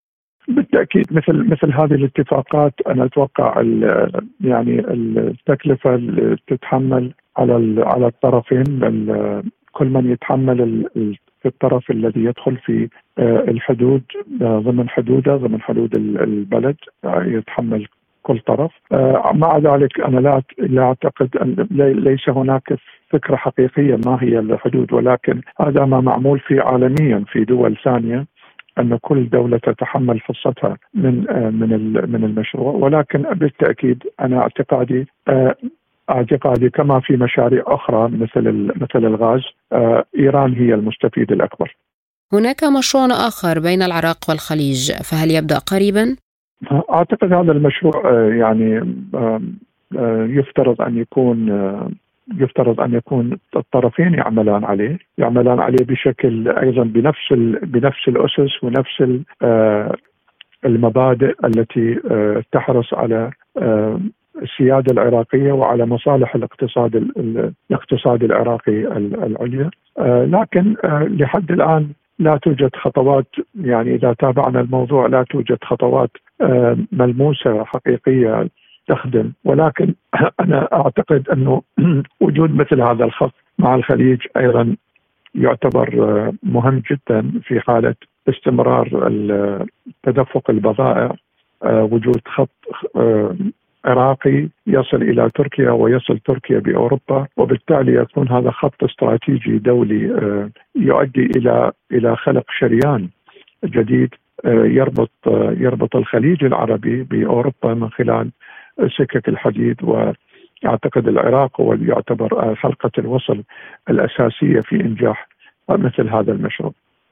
بالتأكيد مثل مثل هذه الاتفاقات أنا أتوقع يعني التكلفة اللي تتحمل على على الطرفين، كل من يتحمل في الطرف الذي يدخل في الحدود ضمن حدوده ضمن حدود البلد يتحمل كل طرف. مع ذلك أنا لا لا أعتقد أن ليس هناك فكرة حقيقية ما هي الحدود، ولكن هذا ما معمول فيه عالميا في دول ثانية، أن كل دولة تتحمل فرصتها من من من المشروع. ولكن بالتأكيد أنا اعتقادي اعتقادي كما في مشاريع أخرى مثل مثل الغاز، إيران هي المستفيد الأكبر. هناك مشروع آخر بين العراق والخليج، فهل يبدأ قريبا؟ أعتقد هذا المشروع يعني يفترض أن يكون يفترض أن يكون الطرفين يعملان عليه يعملان عليه بشكل أيضا بنفس بنفس الأسس ونفس المبادئ التي تحرص على السيادة العراقية وعلى مصالح الاقتصاد الاقتصاد العراقي العليا. لكن لحد الآن لا توجد خطوات، يعني إذا تابعنا الموضوع لا توجد خطوات ملموسة حقيقية تخدم. ولكن أنا أعتقد أنه وجود مثل هذا الخط مع الخليج أيضا يعتبر مهم جدا في حالة استمرار تدفق البضائع. وجود خط عراقي يصل إلى تركيا ويصل تركيا بأوروبا، وبالتالي يكون هذا خط استراتيجي دولي يؤدي إلى إلى خلق شريان جديد يربط يربط الخليج العربي بأوروبا من خلال سكك الحديد. وأعتقد العراق هو يعتبر حلقة الوصل الأساسية في إنجاح مثل هذا المشروع.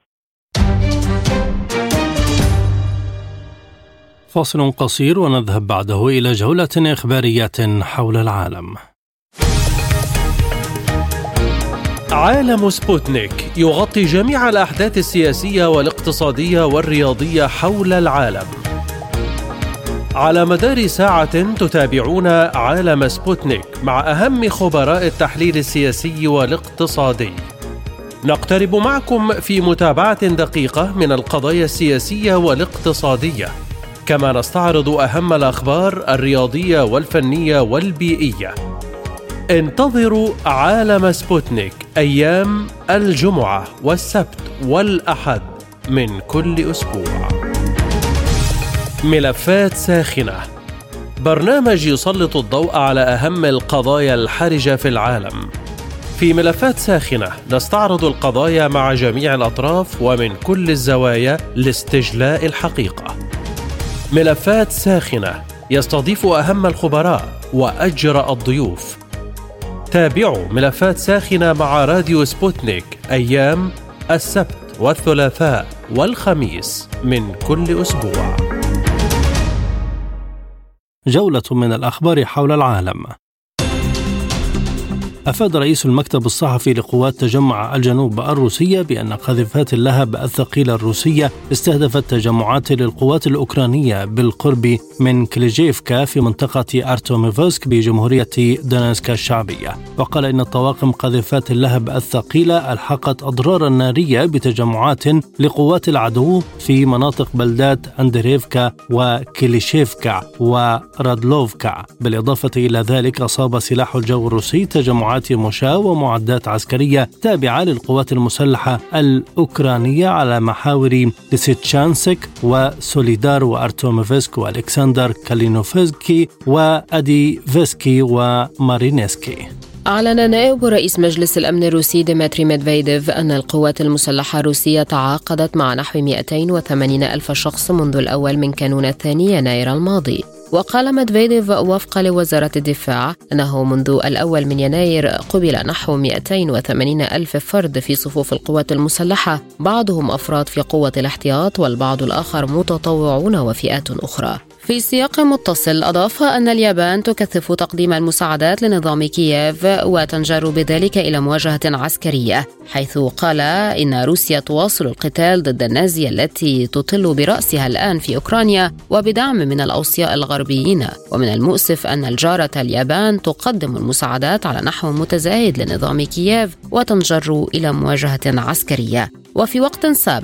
فاصل قصير ونذهب بعده إلى جولة إخبارية حول العالم. عالم سبوتنيك يغطي جميع الأحداث السياسية والاقتصادية والرياضية حول العالم. على مدار ساعة تتابعون عالم سبوتنيك مع أهم خبراء التحليل السياسي والاقتصادي. نقترب معكم في متابعة دقيقة من القضايا السياسية والاقتصادية، كما نستعرض أهم الأخبار الرياضية والفنية والبيئية. انتظروا عالم سبوتنيك أيام الجمعة والسبت والأحد من كل أسبوع. ملفات ساخنة، برنامج يسلط الضوء على أهم القضايا الحرجة في العالم. في ملفات ساخنة نستعرض القضايا مع جميع الأطراف ومن كل الزوايا لاستجلاء الحقيقة. ملفات ساخنة يستضيف أهم الخبراء وأجرأ الضيوف. تابعوا ملفات ساخنة مع راديو سبوتنيك أيام السبت والثلاثاء والخميس من كل أسبوع. جولة من الأخبار حول العالم. أفاد رئيس المكتب الصحفي لقوات تجمع الجنوب الروسية بأن قذيفات اللهب الثقيلة الروسية استهدفت تجمعات للقوات الأوكرانية بالقرب من كليجيفكا في منطقة أرتوميفسك بجمهورية دونيتسك الشعبية. وقال إن طواقم قذيفات اللهب الثقيلة ألحقت أضرارا نارية بتجمعات لقوات العدو في مناطق بلدات أندريفكا وكليشيفكا ورادلوفكا. بالإضافة إلى ذلك أصاب سلاح الجو الروسي تجمعات مشاة ومعدات عسكرية تابعة للقوات المسلحة الأوكرانية على محاور ليسيتشانسك وسوليدار وأرتوميفسك وألكسندر كالينوفسكي وأديفسكي ومارينسكي. أعلن نائب رئيس مجلس الأمن الروسي ديمتري ميدفيديف أن القوات المسلحة الروسية تعاقدت مع نحو مئتين وثمانين ألف شخص منذ الأول من كانون الثاني يناير الماضي. وقال ميدفيديف وفقا لوزارة الدفاع أنه منذ الأول من يناير قبل نحو مئتين وثمانين ألف فرد في صفوف القوات المسلحة، بعضهم أفراد في قوة الاحتياط والبعض الآخر متطوعون وفئات أخرى. في سياق متصل أضاف أن اليابان تكثف تقديم المساعدات لنظام كييف وتنجر بذلك إلى مواجهة عسكرية، حيث قال إن روسيا تواصل القتال ضد النازية التي تطل برأسها الآن في أوكرانيا وبدعم من الأوصياء الغربيين. ومن المؤسف أن الجارة اليابان تقدم المساعدات على نحو متزايد لنظام كييف وتنجر إلى مواجهة عسكرية. وفي وقت سابق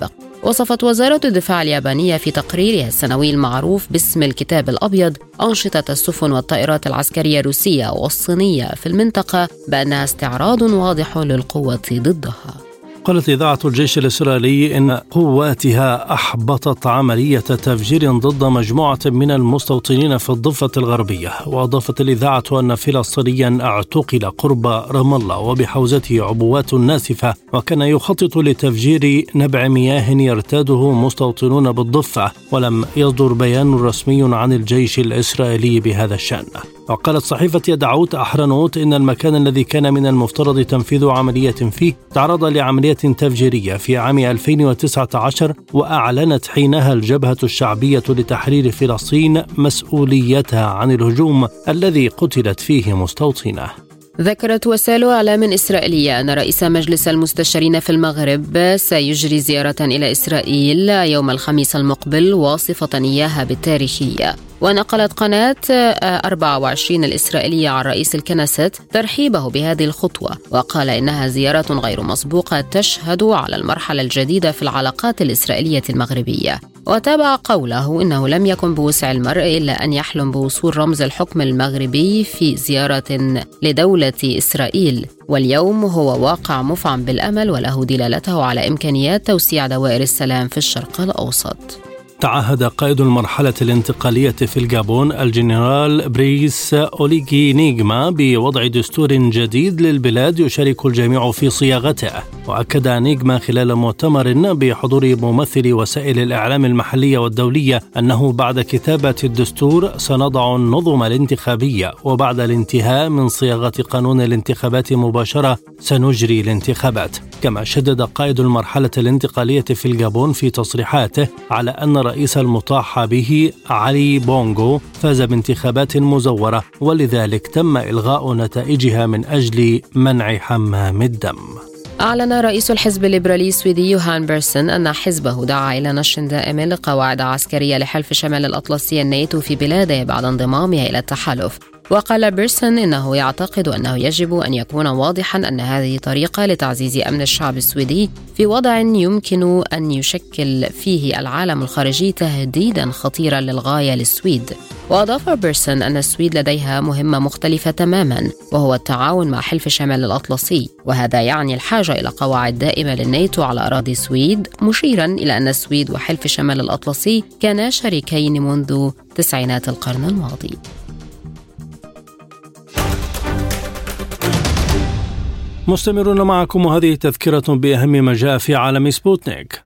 وصفت وزارة الدفاع اليابانية في تقريرها السنوي المعروف باسم الكتاب الأبيض أنشطة السفن والطائرات العسكرية الروسية والصينية في المنطقة بأنها استعراض واضح للقوة ضدها. قالت إذاعة الجيش الإسرائيلي إن قواتها أحبطت عملية تفجير ضد مجموعة من المستوطنين في الضفة الغربية. وأضافت الإذاعة أن فلسطينيا اعتقل قرب رام الله وبحوزته عبوات ناسفة، وكان يخطط لتفجير نبع مياه يرتاده مستوطنون بالضفة، ولم يصدر بيان رسمي عن الجيش الإسرائيلي بهذا الشأن. وقالت صحيفة يدعوت أحرنوت إن المكان الذي كان من المفترض تنفيذ عملية فيه تعرض لعملية تفجيرية في عام ألفين وتسعة عشر، وأعلنت حينها الجبهة الشعبية لتحرير فلسطين مسؤوليتها عن الهجوم الذي قتلت فيه مستوطنة. ذكرت وسائل إعلام إسرائيلية أن رئيس مجلس المستشارين في المغرب سيجري زيارة إلى إسرائيل يوم الخميس المقبل، واصفة إياها بالتاريخية. ونقلت قناة أربعة وعشرين الإسرائيلية عن رئيس الكنيست ترحيبه بهذه الخطوة، وقال إنها زيارة غير مسبوقة تشهد على المرحلة الجديدة في العلاقات الإسرائيلية المغربية. وتابع قوله إنه لم يكن بوسع المرء إلا أن يحلم بوصول رمز الحكم المغربي في زيارة لدولة إسرائيل، واليوم هو واقع مفعم بالأمل وله دلالته على إمكانيات توسيع دوائر السلام في الشرق الأوسط. تعهد قائد المرحلة الانتقالية في الجابون الجنرال بريس أوليغي نيغما بوضع دستور جديد للبلاد يشارك الجميع في صياغته. وأكد نيغما خلال مؤتمر بحضور ممثلي وسائل الإعلام المحلية والدولية أنه بعد كتابة الدستور سنضع النظم الانتخابية، وبعد الانتهاء من صياغة قانون الانتخابات مباشرة سنجري الانتخابات. كما شدد قائد المرحلة الانتقالية في الجابون في تصريحاته على أن الرئيس المطاح به علي بونغو فاز بانتخابات مزورة، ولذلك تم إلغاء نتائجها من أجل منع حمام الدم. أعلن رئيس الحزب الليبرالي السويدي يوهان بيرسن أن حزبه دعا إلى نشر دائم لقواعد عسكرية لحلف شمال الأطلسي الناتو في بلاده بعد انضمامها إلى التحالف. وقال بيرسن إنه يعتقد أنه يجب أن يكون واضحا أن هذه طريقة لتعزيز أمن الشعب السويدي في وضع يمكن أن يشكل فيه العالم الخارجي تهديدا خطيرا للغاية للسويد. وأضاف بيرسن أن السويد لديها مهمة مختلفة تماما، وهو التعاون مع حلف شمال الأطلسي، وهذا يعني الحاجة إلى قواعد دائمة للناتو على أراضي السويد، مشيرا إلى أن السويد وحلف شمال الأطلسي كانا شريكين منذ تسعينات القرن الماضي. مستمرون معكم، وهذه تذكرة بأهم ما جاء في عالم سبوتنيك.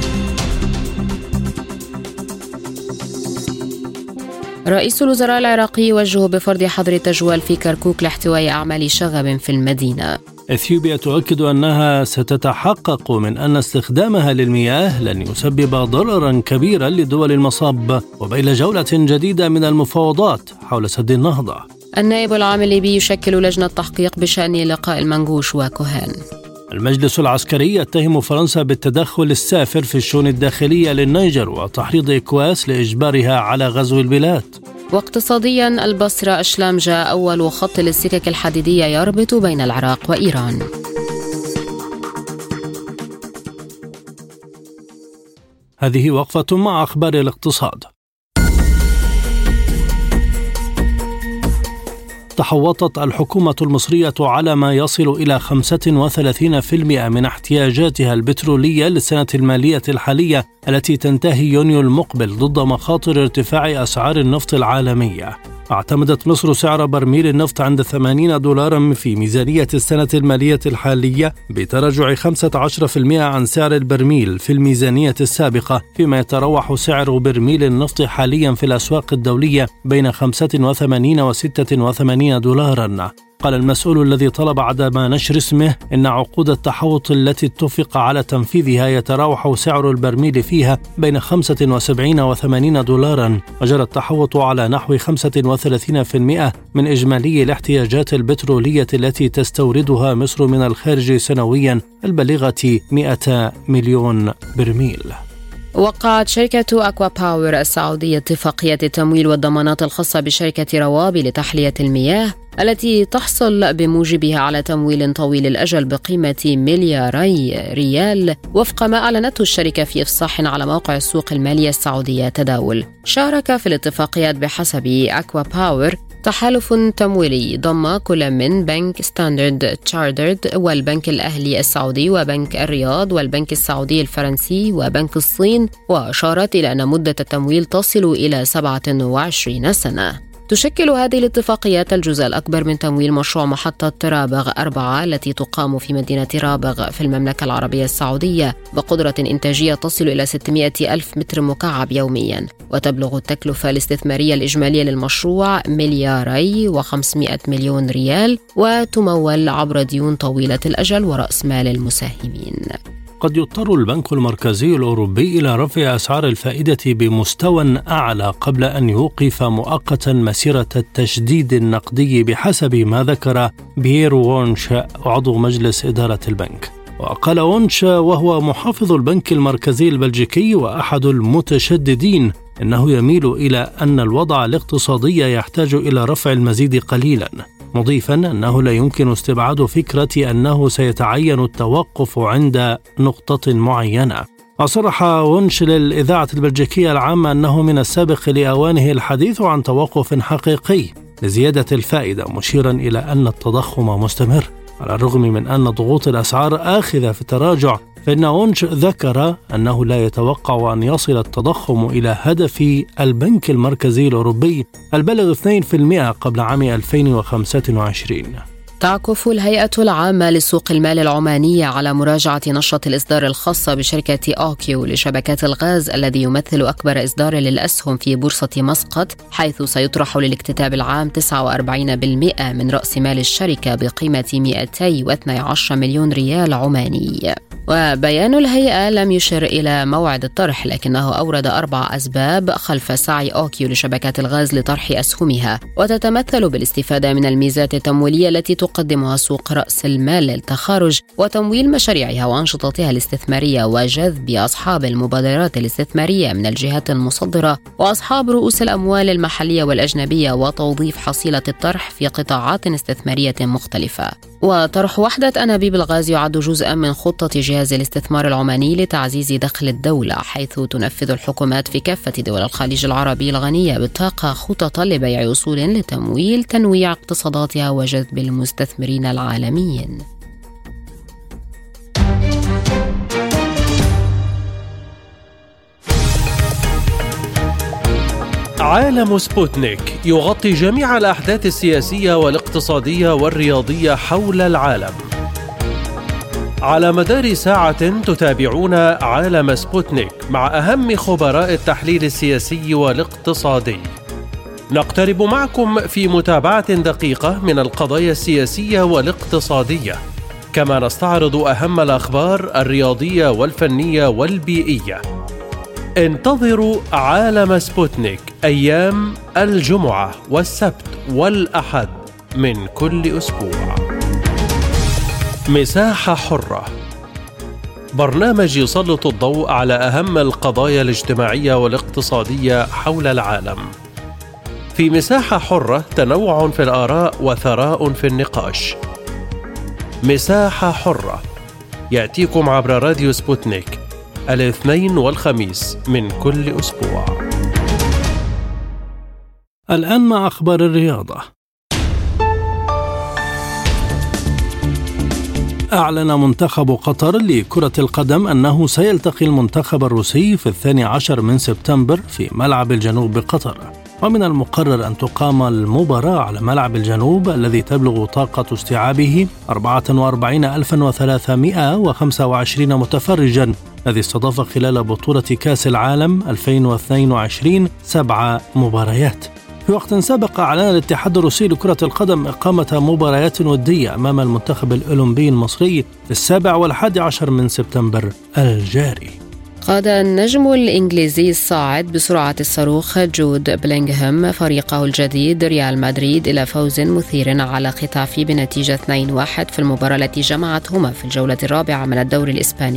رئيس الوزراء العراقي يوجه بفرض حظر تجوال في كركوك لاحتواء أعمال شغب في المدينة. إثيوبيا تؤكد أنها ستتحقق من أن استخدامها للمياه لن يسبب ضررا كبيرا لدول المصب، وبين جولة جديدة من المفاوضات حول سد النهضة. النائب العام الليبي يشكل لجنة تحقيق بشأن لقاء المنقوش وكهان. المجلس العسكري يتهم فرنسا بالتدخل السافر في الشؤون الداخلية للنيجر وتحريض إكواس لإجبارها على غزو البلاد. واقتصاديا، البصرة أشلامجة أول خط للسكك الحديدية يربط بين العراق وإيران. هذه وقفة مع أخبار الاقتصاد. تحوطت الحكومة المصرية على ما يصل إلى خمسة وثلاثين بالمئة من احتياجاتها البترولية للسنة المالية الحالية التي تنتهي يونيو المقبل ضد مخاطر ارتفاع أسعار النفط العالمية. اعتمدت مصر سعر برميل النفط عند ثمانين دولارا في ميزانية السنة المالية الحالية بتراجع خمسة عشر بالمئة عن سعر البرميل في الميزانية السابقة، فيما يتراوح سعر برميل النفط حاليا في الأسواق الدولية بين خمسة وثمانين وستة وثمانين دولارا. قال المسؤول الذي طلب عدم نشر اسمه إن عقود التحوط التي اتفق على تنفيذها يتراوح سعر البرميل فيها بين خمسة وسبعين وثمانين دولارا، وجرى التحوط على نحو خمسة وثلاثين بالمئة من إجمالي الاحتياجات البترولية التي تستوردها مصر من الخارج سنويا البالغة مئة مليون برميل. وقعت شركة أكوا باور السعودية اتفاقية التمويل والضمانات الخاصة بشركة روابي لتحلية المياه التي تحصل بموجبها على تمويل طويل الأجل بقيمة ملياري ريال وفق ما أعلنته الشركة في إفصاح على موقع السوق المالية السعودية تداول. شارك في الاتفاقيات بحسب أكوا باور تحالف تمويلي ضم كل من بنك ستاندرد تشارترد والبنك الأهلي السعودي وبنك الرياض والبنك السعودي الفرنسي وبنك الصين، وأشارت إلى أن مدة التمويل تصل إلى سبعة وعشرين سنة. تشكل هذه الاتفاقيات الجزء الأكبر من تمويل مشروع محطة رابغ أربعة التي تقام في مدينة رابغ في المملكة العربية السعودية بقدرة إنتاجية تصل إلى ستمائة ألف متر مكعب يوميا، وتبلغ التكلفة الاستثمارية الإجمالية للمشروع ملياري وخمسمائة مليون ريال، وتمول عبر ديون طويلة الأجل ورأس مال المساهمين. قد يضطر البنك المركزي الأوروبي إلى رفع أسعار الفائدة بمستوى أعلى قبل أن يوقف مؤقتا مسيرة التشديد النقدي بحسب ما ذكر بيير وونش عضو مجلس إدارة البنك. وقال وونش وهو محافظ البنك المركزي البلجيكي وأحد المتشددين إنه يميل إلى أن الوضع الاقتصادي يحتاج إلى رفع المزيد قليلا، مضيفا أنه لا يمكن استبعاد فكرة أنه سيتعين التوقف عند نقطة معينة. وصرح وونش للإذاعة البلجيكية العامة أنه من السابق لأوانه الحديث عن توقف حقيقي لزيادة الفائدة، مشيرا إلى أن التضخم مستمر. على الرغم من أن ضغوط الأسعار آخذة في التراجع، فإن وونش ذكر أنه لا يتوقع أن يصل التضخم إلى هدف البنك المركزي الأوروبي البالغ اثنين بالمئة قبل عام ألفين وخمسة وعشرين. تعكف الهيئة العامة لسوق المال العمانية على مراجعة نشرة الإصدار الخاصة بشركة أوكيو لشبكات الغاز الذي يمثل أكبر إصدار للأسهم في بورصة مسقط، حيث سيطرح للاكتتاب العام تسعة وأربعين بالمئة من رأس مال الشركة بقيمة مئتين واثني عشر مليون ريال عماني. وبيان الهيئة لم يشر إلى موعد الطرح، لكنه أورد أربع أسباب خلف سعي أوكيو لشبكات الغاز لطرح أسهمها، وتتمثل بالاستفادة من الميزات التمويلية التي تقدمها سوق رأس المال للتخارج وتمويل مشاريعها وأنشطتها الاستثمارية، وجذب أصحاب المبادرات الاستثمارية من الجهات المصدرة وأصحاب رؤوس الأموال المحلية والأجنبية، وتوظيف حصيلة الطرح في قطاعات استثمارية مختلفة. وطرح وحدة أنابيب الغاز يعد جزءا من خطة جهاز الاستثمار العماني لتعزيز دخل الدولة، حيث تنفذ الحكومات في كافة دول الخليج العربي الغنية بالطاقة خططا لبيع أصول لتمويل تنويع اقتصاداتها وجذب المستثمرين العالميين. عالم سبوتنيك يغطي جميع الأحداث السياسية والاقتصادية والرياضية حول العالم. على مدار ساعة تتابعون عالم سبوتنيك مع أهم خبراء التحليل السياسي والاقتصادي. نقترب معكم في متابعة دقيقة من القضايا السياسية والاقتصادية، كما نستعرض أهم الأخبار الرياضية والفنية والبيئية. انتظروا عالم سبوتنيك أيام الجمعة والسبت والأحد من كل أسبوع. مساحة حرة، برنامج يسلط الضوء على أهم القضايا الاجتماعية والاقتصادية حول العالم. في مساحة حرة تنوع في الآراء وثراء في النقاش. مساحة حرة يأتيكم عبر راديو سبوتنيك الاثنين والخميس من كل أسبوع. الآن مع أخبار الرياضة. أعلن منتخب قطر لكرة القدم أنه سيلتقي المنتخب الروسي في الثاني عشر من سبتمبر في ملعب الجنوب بقطر، ومن المقرر أن تقام المباراة على ملعب الجنوب الذي تبلغ طاقة استيعابه أربعة وأربعين ألفا وثلاثمائة وخمسة وعشرين متفرجا، الذي استضاف خلال بطولة كأس العالم ألفين واثنين وعشرين سبع مباريات. في وقت سابق أعلن الاتحاد الروسي لكرة القدم إقامة مباريات ودية أمام المنتخب الأولمبي المصري في السابع والحادي عشر من سبتمبر الجاري. قاد النجم الإنجليزي الصاعد بسرعة الصاروخ جود بلينغهام فريقه الجديد ريال مدريد إلى فوز مثير على ختافي بنتيجة اثنين واحد في المباراة التي جمعتهما في الجولة الرابعة من الدوري الإسباني.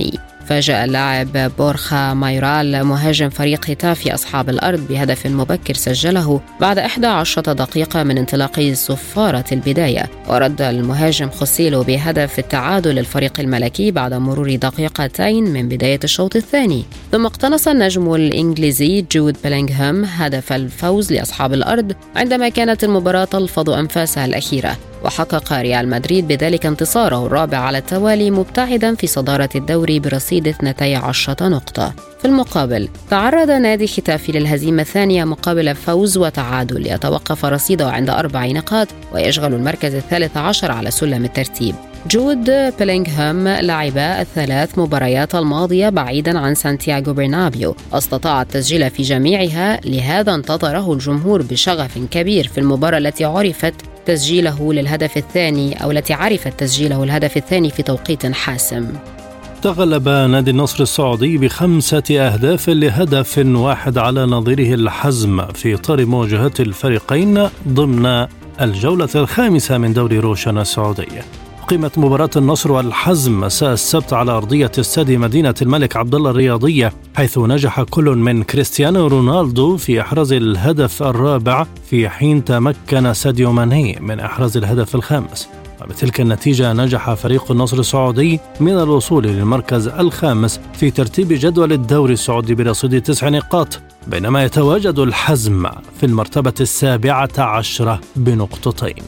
فاجأ اللاعب بورخا مايورال مهاجم فريق هيتافي أصحاب الأرض بهدف مبكر سجله بعد إحدى عشرة دقيقة من انطلاق صفارة البداية، ورد المهاجم خوسيلو بهدف التعادل للفريق الملكي بعد مرور دقيقتين من بداية الشوط الثاني. ثم اقتنص النجم الإنجليزي جود بيلينغهام هدف الفوز لأصحاب الأرض عندما كانت المباراة تلفظ أنفاسها الأخيرة، وحقق ريال مدريد بذلك انتصاره الرابع على التوالي مبتعدا في صدارة الدوري برصيد اثنتي عشرة نقطة. في المقابل تعرض نادي ختافي للهزيمة الثانية مقابل فوز وتعادل يتوقف رصيده عند أربع نقاط ويشغل المركز الثالث عشر على سلم الترتيب. جود بيلينغهام لعب الثلاث مباريات الماضية بعيدا عن سانتياغو برنابيو، استطاع التسجيل في جميعها، لهذا انتظره الجمهور بشغف كبير في المباراة التي عرفت تسجيله للهدف الثاني أو التي عرفت تسجيله الهدف الثاني في توقيت حاسم. تغلب نادي النصر السعودي بخمسة أهداف لهدف واحد على نظيره الحزم في إطار مواجهات الفريقين ضمن الجولة الخامسة من دوري روشن السعودية. قيمة مباراة النصر والحزم مساء السبت على أرضية استاد مدينة الملك عبدالله الرياضية، حيث نجح كل من كريستيانو رونالدو في إحراز الهدف الرابع في حين تمكن ساديو ماني من إحراز الهدف الخامس. وبتلك النتيجة نجح فريق النصر السعودي من الوصول للمركز الخامس في ترتيب جدول الدوري السعودي برصيد تسع نقاط، بينما يتواجد الحزم في المرتبة السابعة عشرة بنقطتين.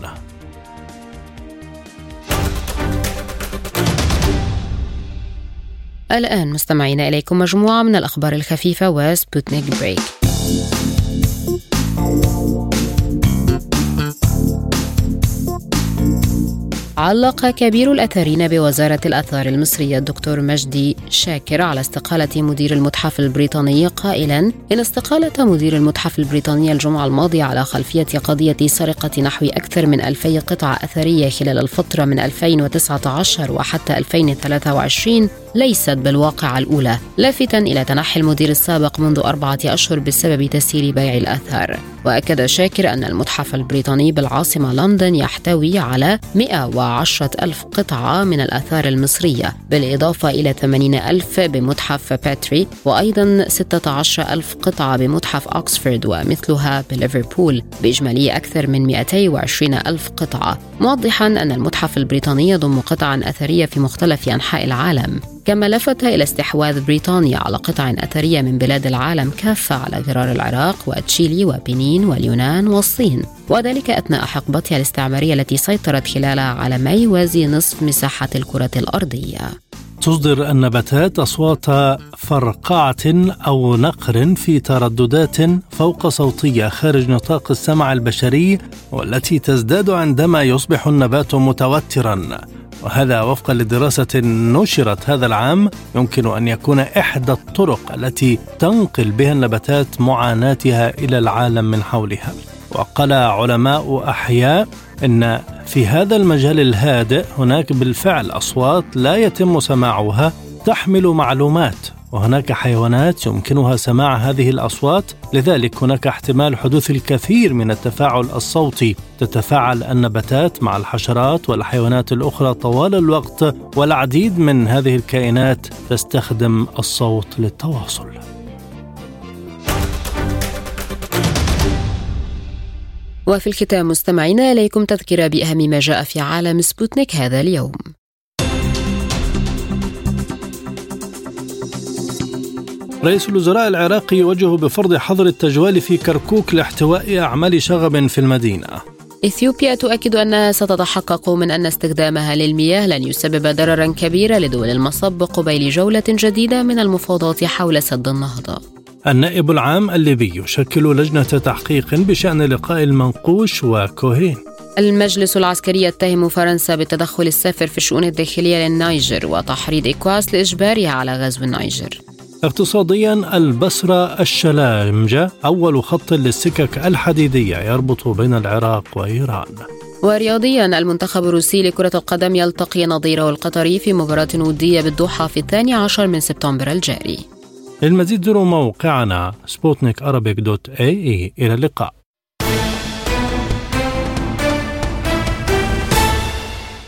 الآن مستمعين إليكم مجموعة من الأخبار الخفيفة وسبوتنيك بريك. علق كبير الأثرين بوزارة الآثار المصرية الدكتور مجدي شاكر على استقالة مدير المتحف البريطاني قائلا إن استقالة مدير المتحف البريطاني الجمعة الماضية على خلفية قضية سرقة نحو أكثر من ألفي قطعة أثرية خلال الفترة من ألفين وتسعة عشر وحتى ألفين وثلاثة وعشرين ليست بالواقعة الأولى، لافتاً إلى تنحي المدير السابق منذ أربعة أشهر بسبب تسيير بيع الآثار. وأكد شاكر أن المتحف البريطاني بالعاصمة لندن يحتوي على مئة وعشرة ألف قطعة من الآثار المصرية، بالإضافة إلى ثمانين ألف بمتحف باتري، وأيضاً ستة عشر ألف قطعة بمتحف أكسفورد ومثلها بليفربول، بإجمالي أكثر من مئتين وعشرين ألف قطعة، موضحاً أن المتحف البريطاني يضم قطع أثرية في مختلف أنحاء العالم. كما لفت إلى استحواذ بريطانيا على قطع أثرية من بلاد العالم كافة على غرار العراق وتشيلي وبنين واليونان والصين، وذلك أثناء حقبتها الاستعمارية التي سيطرت خلالها على ما يوازي نصف مساحة الكرة الأرضية. تصدر النباتات أصوات فرقعة أو نقر في ترددات فوق صوتية خارج نطاق السمع البشري، والتي تزداد عندما يصبح النبات متوترا، وهذا وفقا لدراسة نشرت هذا العام يمكن أن يكون إحدى الطرق التي تنقل بها النباتات معاناتها إلى العالم من حولها. وقال علماء أحياء إن في هذا المجال الهادئ هناك بالفعل أصوات لا يتم سماعها تحمل معلومات، وهناك حيوانات يمكنها سماع هذه الأصوات، لذلك هناك احتمال حدوث الكثير من التفاعل الصوتي. تتفاعل النباتات مع الحشرات والحيوانات الأخرى طوال الوقت، والعديد من هذه الكائنات تستخدم الصوت للتواصل. وفي الختام مستمعينا إليكم تذكرة بأهم ما جاء في عالم سبوتنيك هذا اليوم. رئيس الوزراء العراقي يوجه بفرض حظر التجوال في كركوك لاحتواء أعمال شغب في المدينة. إثيوبيا تؤكد أنها ستتحقق من أن استخدامها للمياه لن يسبب ضررا كبيرا لدول المصب قبيل جولة جديدة من المفاوضات حول سد النهضة. النائب العام الليبي يشكل لجنة تحقيق بشأن لقاء المنقوش وكوهين. المجلس العسكري يتهم فرنسا بالتدخل السافر في الشؤون الداخلية للنيجر وتحريض إكواس لإجبارها على غزو النيجر. اقتصاديا، البصرة الشلامجة أول خط للسكك الحديدية يربط بين العراق وإيران. ورياضيا، المنتخب الروسي لكرة القدم يلتقي نظيره القطري في مباراة ودية بالدوحة في الثاني عشر من سبتمبر الجاري. للمزيد زوروا موقعنا سبوتنيك أرابيك دوت إيه إي. إلى اللقاء.